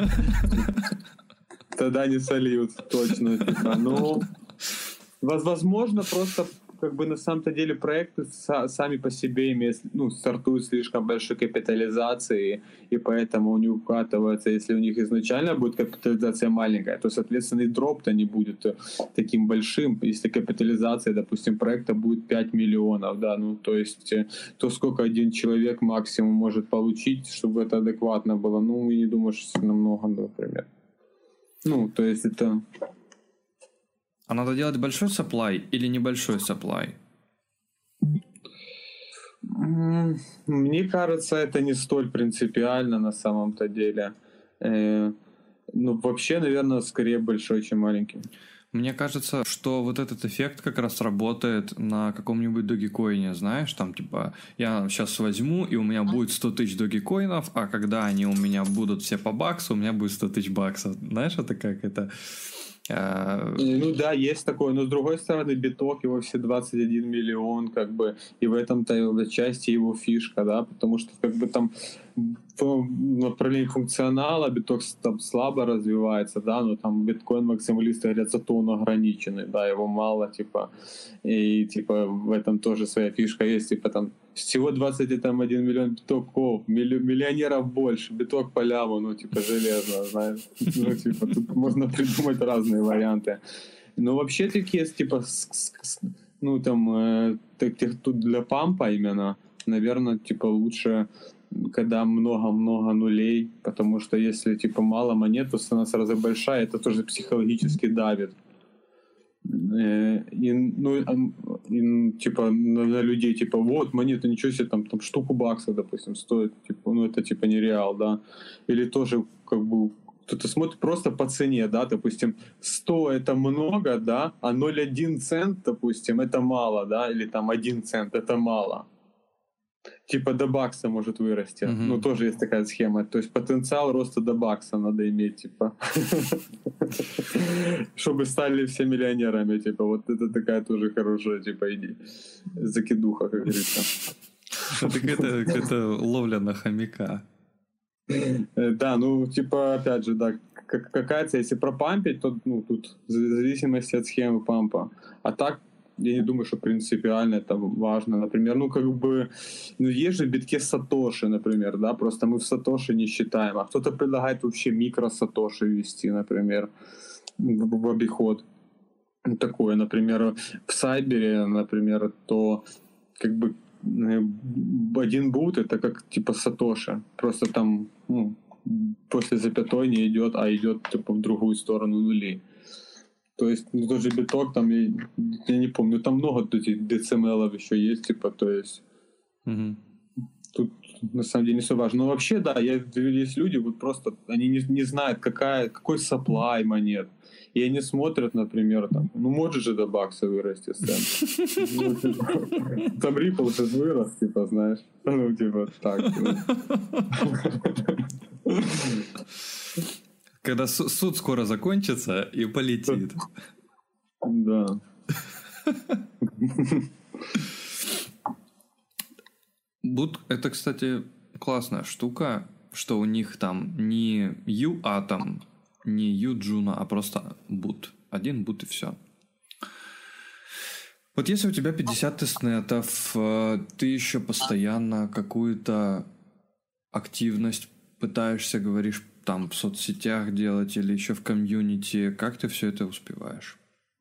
Тогда не сольют, точно. Типа. Ну, воз- возможно, просто как бы на самом-то деле проекты са- сами по себе имеют, ну, стартуют слишком большой капитализацией, и поэтому у них укатывается, если у них изначально будет капитализация маленькая, то, соответственно, и дроп-то не будет э, таким большим. Если капитализация, допустим, проекта будет пять миллионов, да, ну, то есть, э, то сколько один человек максимум может получить, чтобы это адекватно было? Ну, я не думаю, что сильно много, например. Ну, то есть это... А надо делать большой supply или небольшой supply? М, Мне кажется, это не столь принципиально на самом-то деле. Э, Ну, вообще, наверное, скорее большой, чем маленький. Мне кажется, что вот этот эффект как раз работает на каком-нибудь догикоине, знаешь, там типа я сейчас возьму, и у меня будет сто тысяч догикоинов, а когда они у меня будут все по баксу, у меня будет сто тысяч баксов. Знаешь, это как это... э, И, Ну да, есть такое, но с другой стороны, биток его все двадцать один миллион, как бы, и в этом-то и части его фишка, да, потому что как бы там в направлении функционала биток с- там слабо развивается, да, но там биткоин максималисты говорят, зато он ограниченный, да, его мало, типа, и типа в этом тоже своя фишка есть, типа там всего двадцать один миллион битоков, милли- миллионеров больше, биток по ляму, ну типа железно, знаешь, ну типа тут можно придумать разные варианты. Но вообще такие, типа, с- с- с- ну там, э, таких тут для пампа именно, наверное, типа лучше, когда много-много нулей, потому что если типа мало монет, то цена сразу большая, это тоже психологически давит. Э, И, ну, а, и, типа, на, на людей, типа, вот, монета, ничего себе, там, там штуку баксов, допустим, стоит, типа, ну, это, типа, нереал, да. Или тоже, как бы, кто-то смотрит просто по цене, да, допустим, сто это много, да, а ноль целых один цент, допустим, это мало, да, или там один цент, это мало. Типа до бакса может вырасти. Мгм. Ну, тоже есть такая схема. То есть потенциал роста до бакса надо иметь, типа. Чтобы стали все миллионерами, типа. Вот это такая тоже хорошая, типа, иди. Закидуха, как говорится. Так это, это ловля на хомяка. Э, Да, ну, типа, опять же, да, как- какая цель? Если пропампить, то, ну, тут в зависимости от схемы пампа. А так, я не думаю, что принципиально это важно. Например, ну, как бы, ну, есть же в битке сатоши, например, да, просто мы в сатоши не считаем. А кто-то предлагает вообще микро-сатоши ввести, например, в, в обиход. Ну, такое, например, в Сайбере, например, то как бы э, один бут это как типа Сатоши. Просто там ну, после запятой не идет, а идет типа в другую сторону нули. То есть, ну, тот же биток, там, я, я не помню, там много этих децимелов еще есть, типа, то есть, Мгм. тут на самом деле не все важно. Но вообще, да, я, есть люди, вот просто они не, не знают, какая, какой supply монет. И они смотрят, например, там, ну, может же до бакса вырасти цент. Ну, типа, там Ripple сейчас вырос, типа, знаешь. Ну, типа, так. Когда суд скоро закончится и полетит. Да. Бут — это, кстати, классная штука, что у них там не U-Atom, не U-Juno, а просто бут. Один бут и все. Вот если у тебя пятьдесят тестнетов, ты еще постоянно какую-то активность пытаешься, говоришь, там в соцсетях делать или еще в комьюнити, как ты все это успеваешь?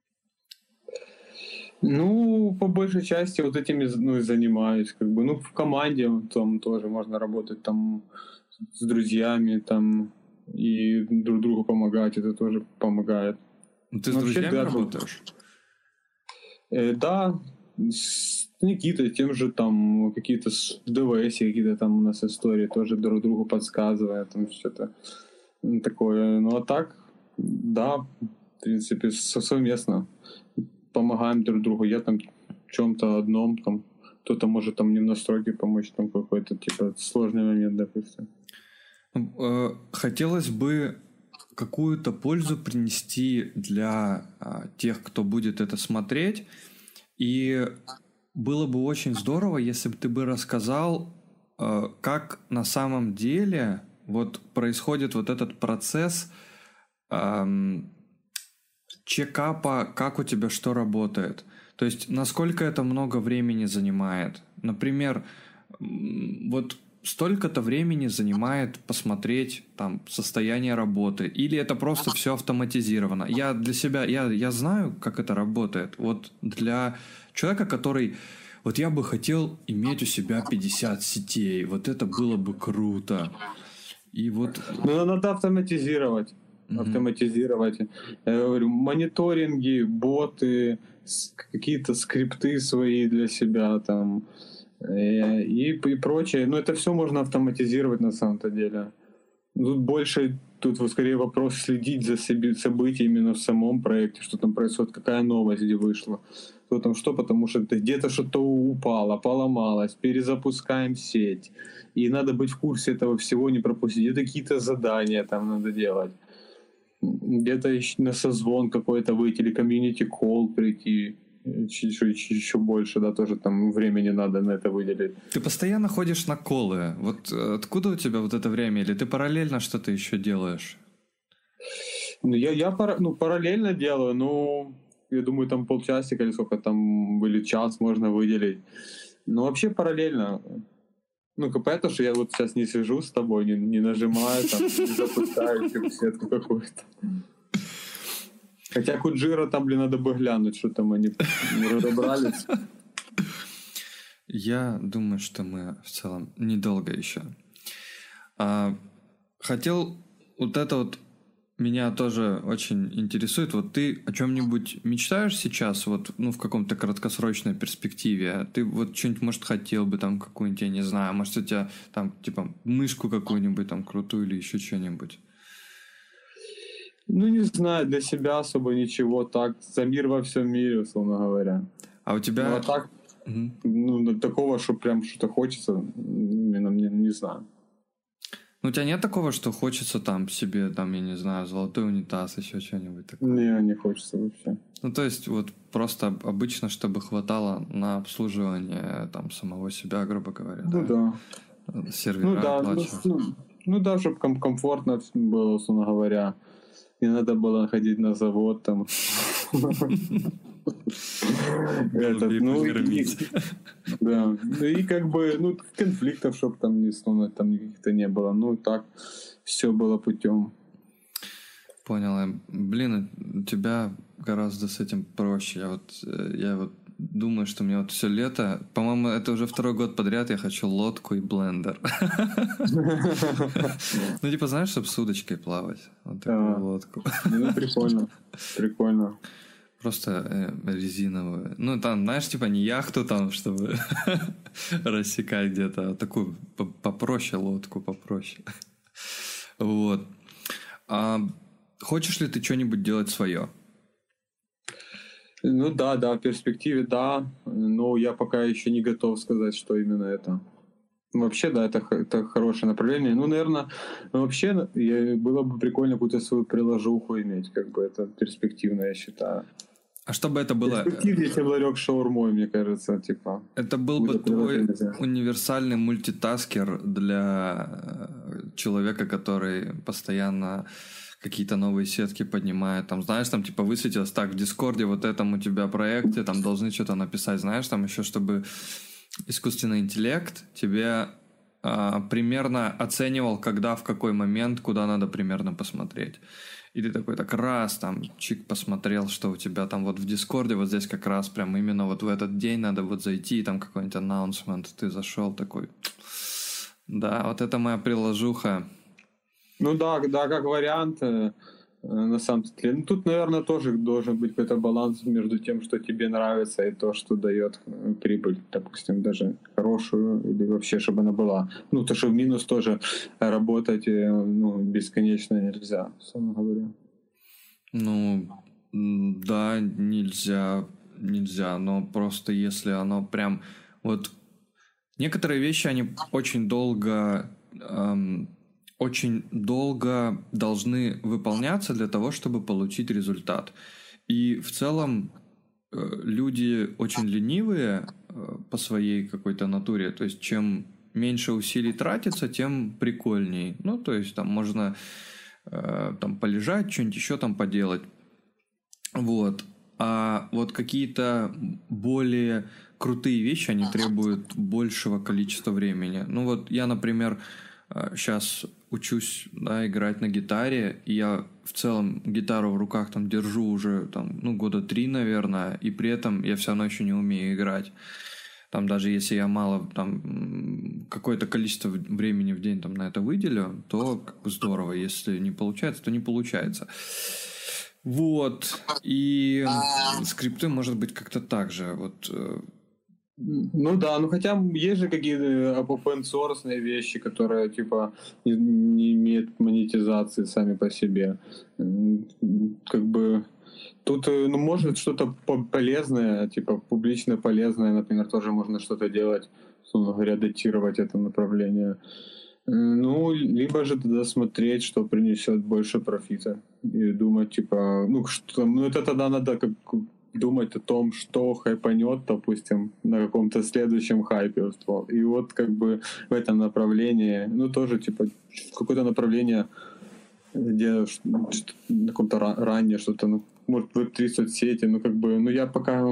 Ну, по большей части вот этими, ну, и занимаюсь, как бы, ну, в команде там тоже можно работать там с друзьями, там, и друг другу помогать, это тоже помогает. Ты с Но друзьями да, работаешь? Э, да, с Никитой, тем же там какие-то в ДВС, какие-то там у нас истории, тоже друг другу подсказывая, там что-то такое. Ну, а так, да, в принципе, совместно помогаем друг другу. Я там в чем-то одном, там кто-то может там мне в настройке помочь, там какой-то типа сложный момент, допустим. Хотелось бы какую-то пользу принести для а, тех, кто будет это смотреть. И было бы очень здорово, если бы ты бы рассказал, а, как на самом деле вот происходит вот этот процесс а, чекапа, как у тебя что работает. То есть, насколько это много времени занимает. Например, вот столько-то времени занимает посмотреть там состояние работы, или это просто все автоматизировано. Я для себя, я, я знаю, как это работает. Вот для человека, который, вот я бы хотел иметь у себя пятьдесят сетей, вот это было бы круто. И вот... Ну, надо автоматизировать. Mm-hmm. Автоматизировать. Я говорю, мониторинги, боты, какие-то скрипты свои для себя там, И, и прочее. Но это все можно автоматизировать на самом-то деле. Тут больше, тут скорее вопрос следить за событиями именно в самом проекте, что там происходит, какая новость где вышла, кто там что, потому что где-то что-то упало, поломалось, перезапускаем сеть. И надо быть в курсе этого всего, не пропустить. Где-то какие-то задания там надо делать. Где-то на созвон какой-то выйти или комьюнити колл прийти. Еще, еще больше, да, тоже там времени надо на это выделить. Ты постоянно ходишь на колы. Вот откуда у тебя вот это время? Или ты параллельно что-то еще делаешь? Ну, я, я пара, ну, параллельно делаю, ну, я думаю, там полчасика или сколько там, или час можно выделить. Но вообще параллельно. Ну, понятно, что я вот сейчас не сижу с тобой, не, не нажимаю, там, не запускаю сетку какую-то. Хотя Куджира там, блин, надо бы глянуть, что там они разобрались. Я думаю, что мы в целом недолго еще. А, хотел вот это вот меня тоже очень интересует. Вот ты о чем-нибудь мечтаешь сейчас, вот, ну, в каком-то краткосрочной перспективе? Ты вот что-нибудь, может, хотел бы там какую-нибудь, я не знаю, может, у тебя там, типа, мышку какую-нибудь там крутую или еще что-нибудь? Ну, не знаю, для себя особо ничего. Так, за мир во всем мире, условно говоря. А у тебя... Ну, а так, угу. ну, такого, что прям что-то хочется, именно мне не знаю. Ну, у тебя нет такого, что хочется там себе, там, я не знаю, золотой унитаз, еще что-нибудь такое? Не, не хочется вообще. Ну, то есть, вот просто обычно, чтобы хватало на обслуживание там самого себя, грубо говоря. Ну, да. да. Сервера ну, да, оплачивать. Ну, ну, да, чтобы ком- комфортно было, условно говоря. Не надо было ходить на завод там. Да. Ну и как бы, ну, конфликтов, чтобы там не там никаких-то не было. Ну, так все было путем. Понял. Блин, у тебя гораздо с этим проще. Я вот, я вот думаю, что мне вот все лето, по-моему, это уже второй год подряд я хочу лодку и блендер. Ну, типа, знаешь, чтобы с удочкой плавать. Вот такую лодку. Ну, прикольно. Прикольно. Просто э, резиновую. Ну, там, знаешь, типа не яхту там, чтобы рассекать где-то, а такую попроще лодку, попроще. Вот. А хочешь ли ты что-нибудь делать свое? Ну да, да, в перспективе да, но я пока еще не готов сказать, что именно это. Вообще, да, это, это хорошее направление. Ну, наверное, вообще я, было бы прикольно какую-то свою приложуху иметь, как бы это перспективно, я считаю. А чтобы это было... В перспективе, если бы ларек шаурмой, мне кажется, типа... Это был бы твой универсальный мультитаскер для человека, который постоянно какие-то новые сетки поднимает. Там, знаешь, там типа высветилось так, в Дискорде вот этом у тебя проекте, там должны что-то написать, знаешь, там еще, чтобы искусственный интеллект тебе а, примерно оценивал, когда, в какой момент, куда надо примерно посмотреть. И ты такой, так раз, там, чик, посмотрел, что у тебя там вот в Дискорде, вот здесь как раз прям именно вот в этот день надо вот зайти, там какой-нибудь анонсмент, ты зашел такой, да, вот это моя приложуха. Ну да, да, как вариант, на самом деле. Ну тут, наверное, тоже должен быть какой-то баланс между тем, что тебе нравится, и то, что дает прибыль, допустим, даже хорошую, или вообще, чтобы она была. Ну, то, что в минус тоже работать, ну, бесконечно нельзя, собственно говоря. Ну, да, нельзя, нельзя, но просто если оно прям... Вот некоторые вещи, они очень долго... Эм, очень долго должны выполняться для того, чтобы получить результат. И в целом люди очень ленивые по своей какой-то натуре. То есть чем меньше усилий тратится, тем прикольней. Ну, то есть там можно там полежать, что-нибудь еще там поделать. Вот. А вот какие-то более крутые вещи, они требуют большего количества времени. Ну вот я, например, сейчас учусь, да, играть на гитаре, и я в целом гитару в руках там держу уже там, ну, года три, наверное, и при этом я все равно еще не умею играть. Там даже если я мало там какое-то количество времени в день там на это выделю, то как бы здорово. Если не получается, то не получается. Вот. И скрипты, может быть, как-то так же. Вот. Ну да, ну хотя есть же какие-то open-source вещи, которые типа не, не имеют монетизации сами по себе. Как бы тут, ну, может, что-то полезное, типа публично полезное, например, тоже можно что-то делать, условно говоря, датировать это направление. Ну, либо же тогда смотреть, что принесет больше профита. И думать, типа, ну, что, ну это тогда надо как думать о том, что хайпанет, допустим, на каком-то следующем хайпе. И вот как бы в этом направлении, ну тоже типа какое-то направление, где на каком-то ранее что-то, ну, может, веб три соцсети, ну как бы, ну я пока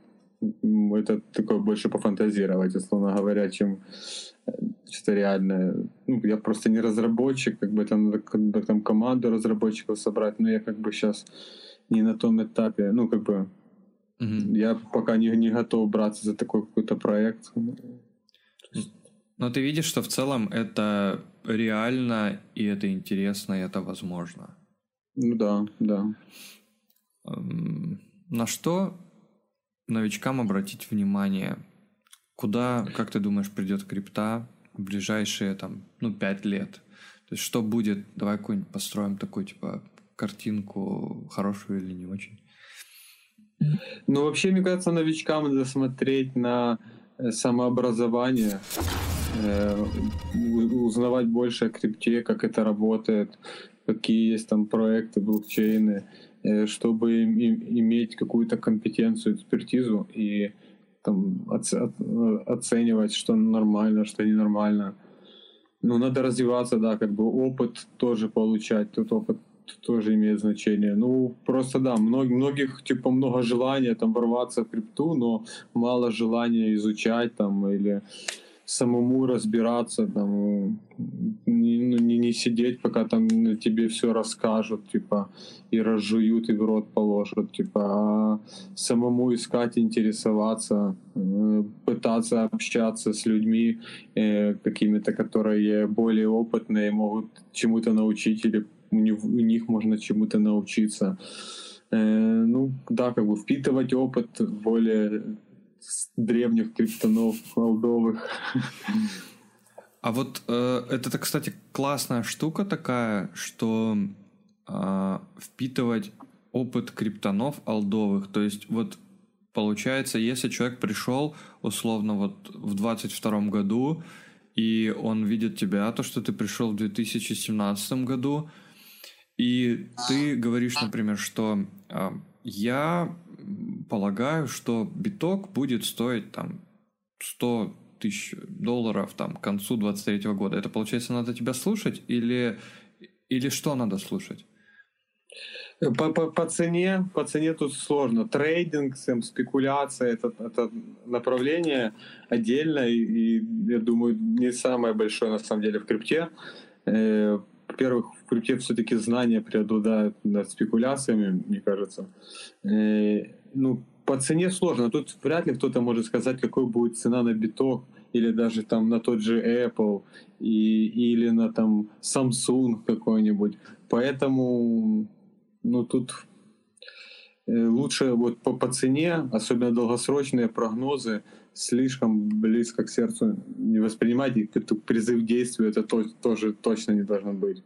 это такое больше пофантазировать, условно говоря, чем что-то реальное. Ну, я просто не разработчик, как бы там надо там команду разработчиков собрать, но я как бы сейчас не на том этапе, ну как бы Mm-hmm. Я пока не, не готов браться за такой какой-то проект. Но ты видишь, что в целом это реально, и это интересно, и это возможно. Ну да, да. На что новичкам обратить внимание? Куда, как ты думаешь, придет крипта в ближайшие там, ну, пять лет? То есть что будет? Давай какую-нибудь построим такую, типа, картинку, хорошую или не очень. Ну, вообще, мне кажется, новичкам надо смотреть на самообразование, э, узнавать больше о крипте, как это работает, какие есть там проекты, блокчейны, э, чтобы им, иметь какую-то компетенцию, экспертизу и там, оце, оценивать, что нормально, что ненормально. Ну, надо развиваться, да, как бы опыт тоже получать, тут опыт тоже имеет значение. Ну, просто да, мног, многих, типа, много желания там ворваться в крипту, но мало желания изучать там или самому разбираться, там, не, ну, не, не сидеть, пока там тебе все расскажут, типа, и разжуют, и в рот положат, типа, а самому искать, интересоваться, пытаться общаться с людьми э, какими-то, которые более опытные, могут чему-то научить или у них можно чему-то научиться. Э, ну, да, как бы впитывать опыт более древних криптонов, олдовых. А вот э, это, кстати, классная штука такая, что э, впитывать опыт криптонов олдовых. То есть вот получается, если человек пришел условно вот в двадцать втором году, и он видит тебя, то, что ты пришел в две тысячи семнадцатом году, и ты говоришь, например, что э, я полагаю, что биток будет стоить там сто тысяч долларов там, к концу двадцать третьего года. Это, получается, надо тебя слушать или, или что надо слушать? По, по, по цене, по цене тут сложно. Трейдинг, спекуляция, это, это направление отдельно, и, и, я думаю, не самое большое на самом деле в крипте. Э, во-первых, в крипте все-таки знания преобладают над спекуляциями, мне кажется. Э, ну, по цене сложно. Тут вряд ли кто-то может сказать, какой будет цена на биток, или даже там на тот же Apple, и, или на там Samsung какой-нибудь. Поэтому ну, тут лучше вот по, по цене, особенно долгосрочные прогнозы, слишком близко к сердцу не воспринимать, и призыв к действию это то, тоже точно не должно быть.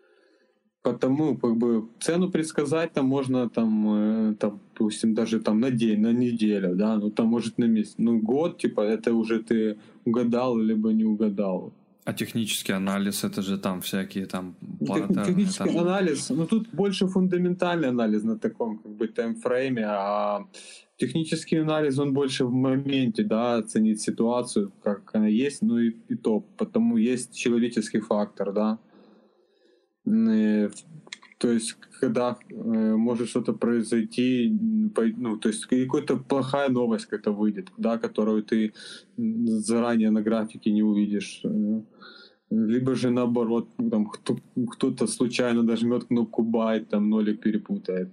Потому как бы цену предсказать там можно там, там допустим, даже там на день, на неделю, да, ну там может на месяц. Ну год, типа, это уже ты угадал, либо не угадал. А технический анализ, это же там всякие там паттерны. Технический там... анализ, ну тут больше фундаментальный анализ на таком как бы таймфрейме, а технический анализ, он больше в моменте, да, оценить ситуацию, как она есть, ну и, и то, потому есть человеческий фактор, да. И, то есть, когда э, может что-то произойти, ну, то есть какая-то плохая новость какая-то выйдет, да, которую ты заранее на графике не увидишь. Либо же наоборот, там, кто, кто-то случайно нажмет кнопку buy, там нолик перепутает.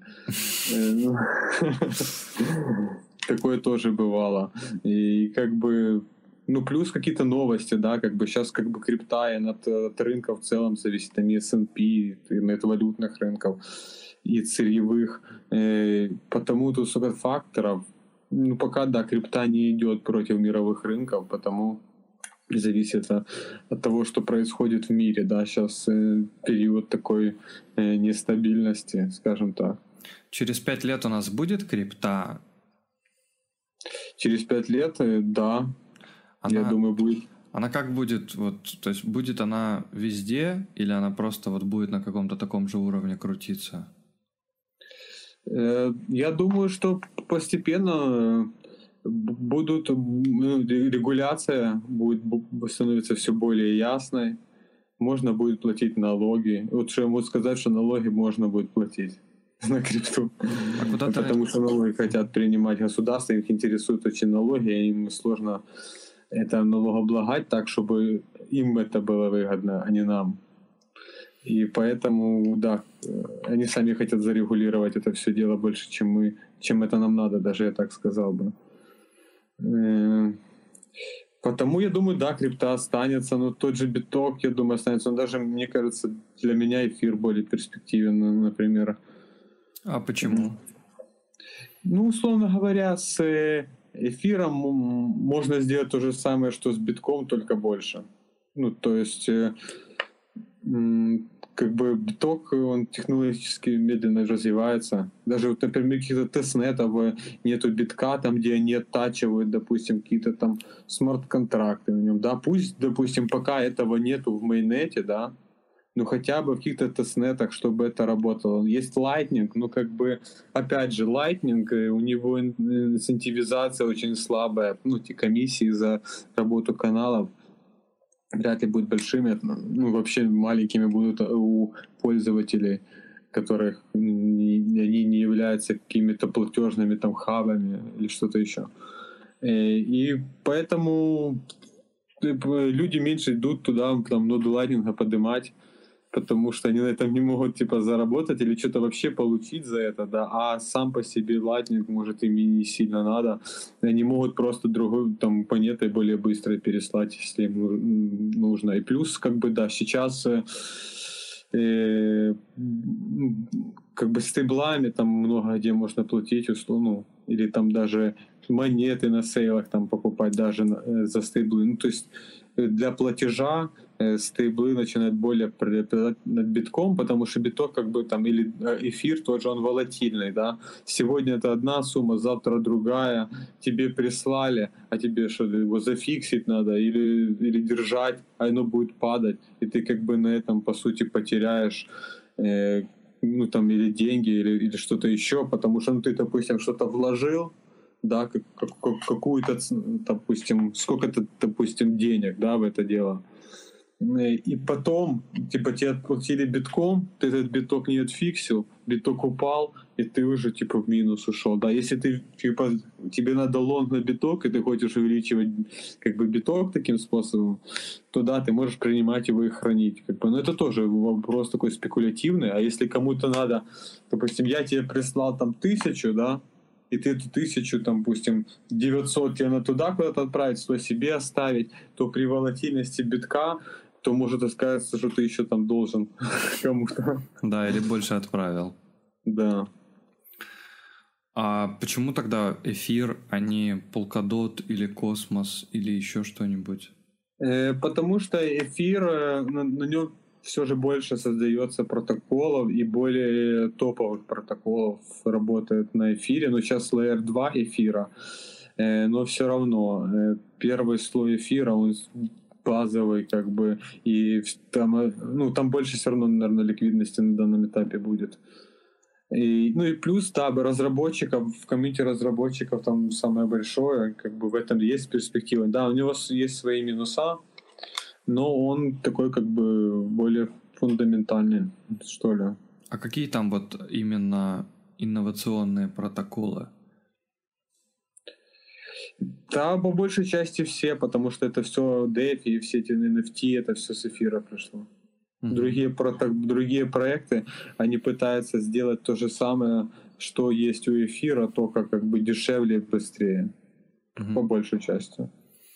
Такое тоже бывало. И как бы, ну плюс какие-то новости, да, как бы сейчас как бы крипта и от, от рынка в целом зависит, там и эс энд пи, и от валютных рынков, и сырьевых. Потому тут столько факторов. Ну пока, да, крипта не идет против мировых рынков, потому зависит от того, что происходит в мире, да, сейчас э, период такой э, нестабильности, скажем так. Через пять лет у нас будет крипта? Через пять лет, э, да, она, я думаю, будет. Она как будет, вот, то есть будет она везде, или она просто вот будет на каком-то таком же уровне крутиться? Э, я думаю, что постепенно будут, ну, регуляция будет становиться все более ясной, можно будет платить налоги. Вот что я могу сказать, что налоги можно будет платить на крипту. А куда Потому ты... что налоги хотят принимать государство, их интересуют очень налоги, и им сложно это налогооблагать так, чтобы им это было выгодно, а не нам. И поэтому, да, они сами хотят зарегулировать это все дело больше, чем мы, чем это нам надо, даже я так сказал бы. Потому, я думаю, да, крипта останется, но тот же биток, я думаю, останется. Но даже, мне кажется, для меня эфир более перспективен, например. А почему? Ну, условно говоря, с эфиром можно сделать то же самое, что с битком, только больше. Ну, то есть, как бы биток, он технологически медленно развивается. Даже, вот, например, каких-то тестнетов нету битка, там, где они оттачивают, допустим, какие-то там смарт-контракты на нем, да, пусть, допустим, пока этого нету в мейннете, да, но хотя бы в каких-то тестнетах, чтобы это работало. Есть Lightning, но как бы, опять же, Lightning, у него инцентивизация очень слабая, ну, те комиссии за работу каналов вряд ли будут большими, ну, вообще маленькими будут у пользователей, которых не, они не являются какими-то платежными там хабами или что-то еще. И поэтому люди меньше идут туда, там, ноду лайтнинга поднимать, потому что они на этом не могут типа заработать или что-то вообще получить за это, да, а сам по себе лайтнинг, может, им и не сильно надо, они могут просто другой там монетой более быстро переслать, если им нужно. И плюс, как бы, да, сейчас э, как бы стейблами, там много где можно платить, условно, или там даже монеты на сейлах там покупать даже э, за стейблы. Ну, то есть для платежа э, стейблы начинают более преобладать над битком, потому что биток как бы там, или эфир тоже, он волатильный, да. Сегодня это одна сумма, завтра другая, тебе прислали, а тебе что, его зафиксить надо или, или держать, а оно будет падать, и ты как бы на этом, по сути, потеряешь э, ну там или деньги, или, или что-то еще, потому что ну, ты, допустим, что-то вложил, да, как, как, какую-то, допустим, сколько-то, допустим, денег, да, в это дело. И потом, типа, тебе отплатили битком, ты этот биток не отфиксил, биток упал, и ты уже, типа, в минус ушел. Да, если ты, типа, тебе надо лонг на биток, и ты хочешь увеличивать, как бы, биток таким способом, то да, ты можешь принимать его и хранить. Как бы. Но это тоже вопрос такой спекулятивный. А если кому-то надо, допустим, я тебе прислал там тысячу, да, и ты эту тысячу, там, допустим, девятьсот тебе надо туда куда-то отправить, сто себе оставить, то при волатильности битка, то может оказаться, что ты еще там должен кому-то. Да, или больше отправил. Да. А почему тогда эфир, а не Polkadot или Космос или еще что-нибудь? Э, потому что эфир, на, на нем все же больше создается протоколов и более топовых протоколов работает на эфире. Но сейчас лейер два эфира, э, но все равно э, первый слой эфира, он базовый, как бы, и там, ну, там больше все равно, наверное, ликвидности на данном этапе будет. И, ну и плюс, да, разработчиков, в комьюнити разработчиков там самое большое, как бы в этом есть перспектива. Да, у него есть свои минуса, но он такой как бы более фундаментальный, что ли. А какие там вот именно инновационные протоколы? Да, по большей части все, потому что это все дефи и все эти эн эф ти, это все с эфира пришло. Mm-hmm. Другие, прото- другие проекты, они пытаются сделать то же самое, что есть у эфира, только как бы дешевле и быстрее. Mm-hmm. По большей части.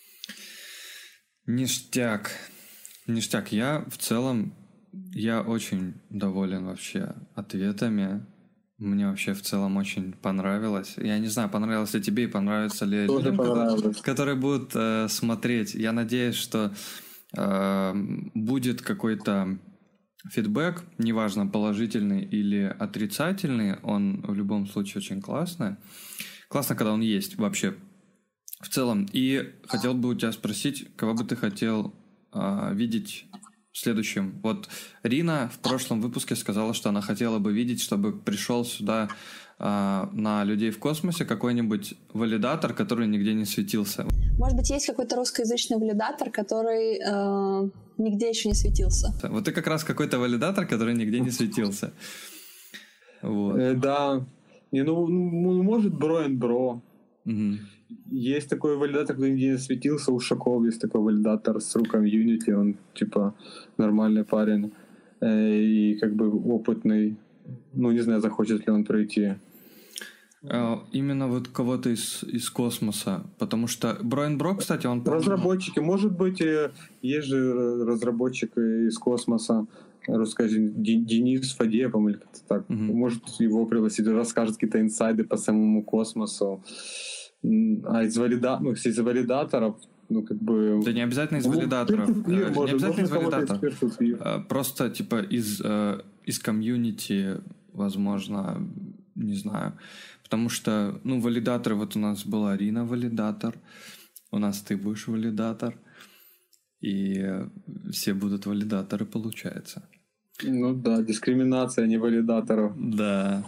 Ништяк. Ништяк. Я в целом, я очень доволен вообще ответами. Мне вообще в целом очень понравилось. Я не знаю, понравилось ли тебе и понравится ли людям, которые, которые будут э, смотреть. Я надеюсь, что э, будет какой-то фидбэк, неважно, положительный или отрицательный, он в любом случае очень классный. Классно, когда он есть вообще в целом. И хотел бы у тебя спросить, кого бы ты хотел э, видеть в следующем. Вот Рина в прошлом выпуске сказала, что она хотела бы видеть, чтобы пришел сюда э, на людей в космосе какой-нибудь валидатор, который нигде не светился. Может быть, есть какой-то русскоязычный валидатор, который э, нигде еще не светился. Вот ты как раз какой-то валидатор, который нигде не светился. Вот. Э, да. Не, ну, может, Bro and Bro. Угу. Есть такой валидатор, который нигде не светился. Ушаков есть такой валидатор с руком Unity. Он, типа, нормальный парень. Э, и, как бы, опытный. Ну, не знаю, захочет ли он пройти. Именно вот кого-то из, из космоса, потому что Брайан Бро, кстати, он... Разработчики, может быть, есть же разработчик из космоса, расскажем, Денис Фадеев, или как-то так, угу. Может его пригласить, расскажет какие-то инсайды по самому космосу, а из, валида... ну, из валидаторов, ну, как бы... Да не обязательно из валидаторов, не обязательно из валидаторов, просто, типа, из, из комьюнити, возможно, не знаю. Потому что, ну, валидаторы, вот у нас была Арина валидатор, у нас ты будешь валидатор, и все будут валидаторы, получается. Ну да, дискриминация не валидаторов. Да.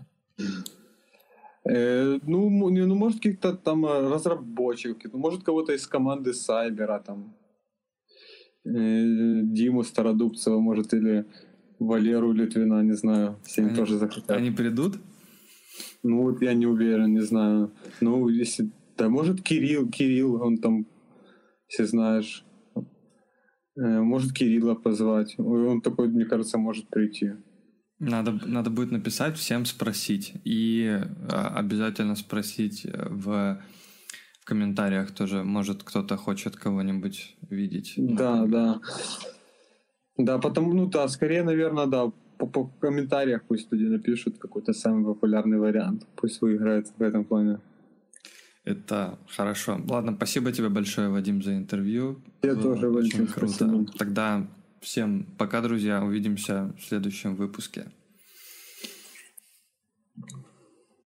Э, ну, ну, может, каких-то там разработчиков, может, кого-то из команды Сайбера, там, э, Диму Стародубцева, может, или Валеру Литвина, не знаю, все они, тоже захотят. Они придут? Ну, вот я не уверен, не знаю. Ну, если... Да, может, Кирилл, Кирилл, он там, если знаешь, э, может, Кирилла позвать. Он такой, мне кажется, может прийти. Надо, надо будет написать, всем спросить. И а, обязательно спросить в, в комментариях тоже. Может, кто-то хочет кого-нибудь видеть. Да, да. Да, потому, ну да, скорее, наверное, да, по, по комментариях пусть люди напишут какой-то самый популярный вариант. Пусть выиграет в этом плане. Это хорошо. Ладно, спасибо тебе большое, Вадим, за интервью. Я Было тоже, очень Валентин, круто. спасибо. Тогда всем пока, друзья. Увидимся в следующем выпуске.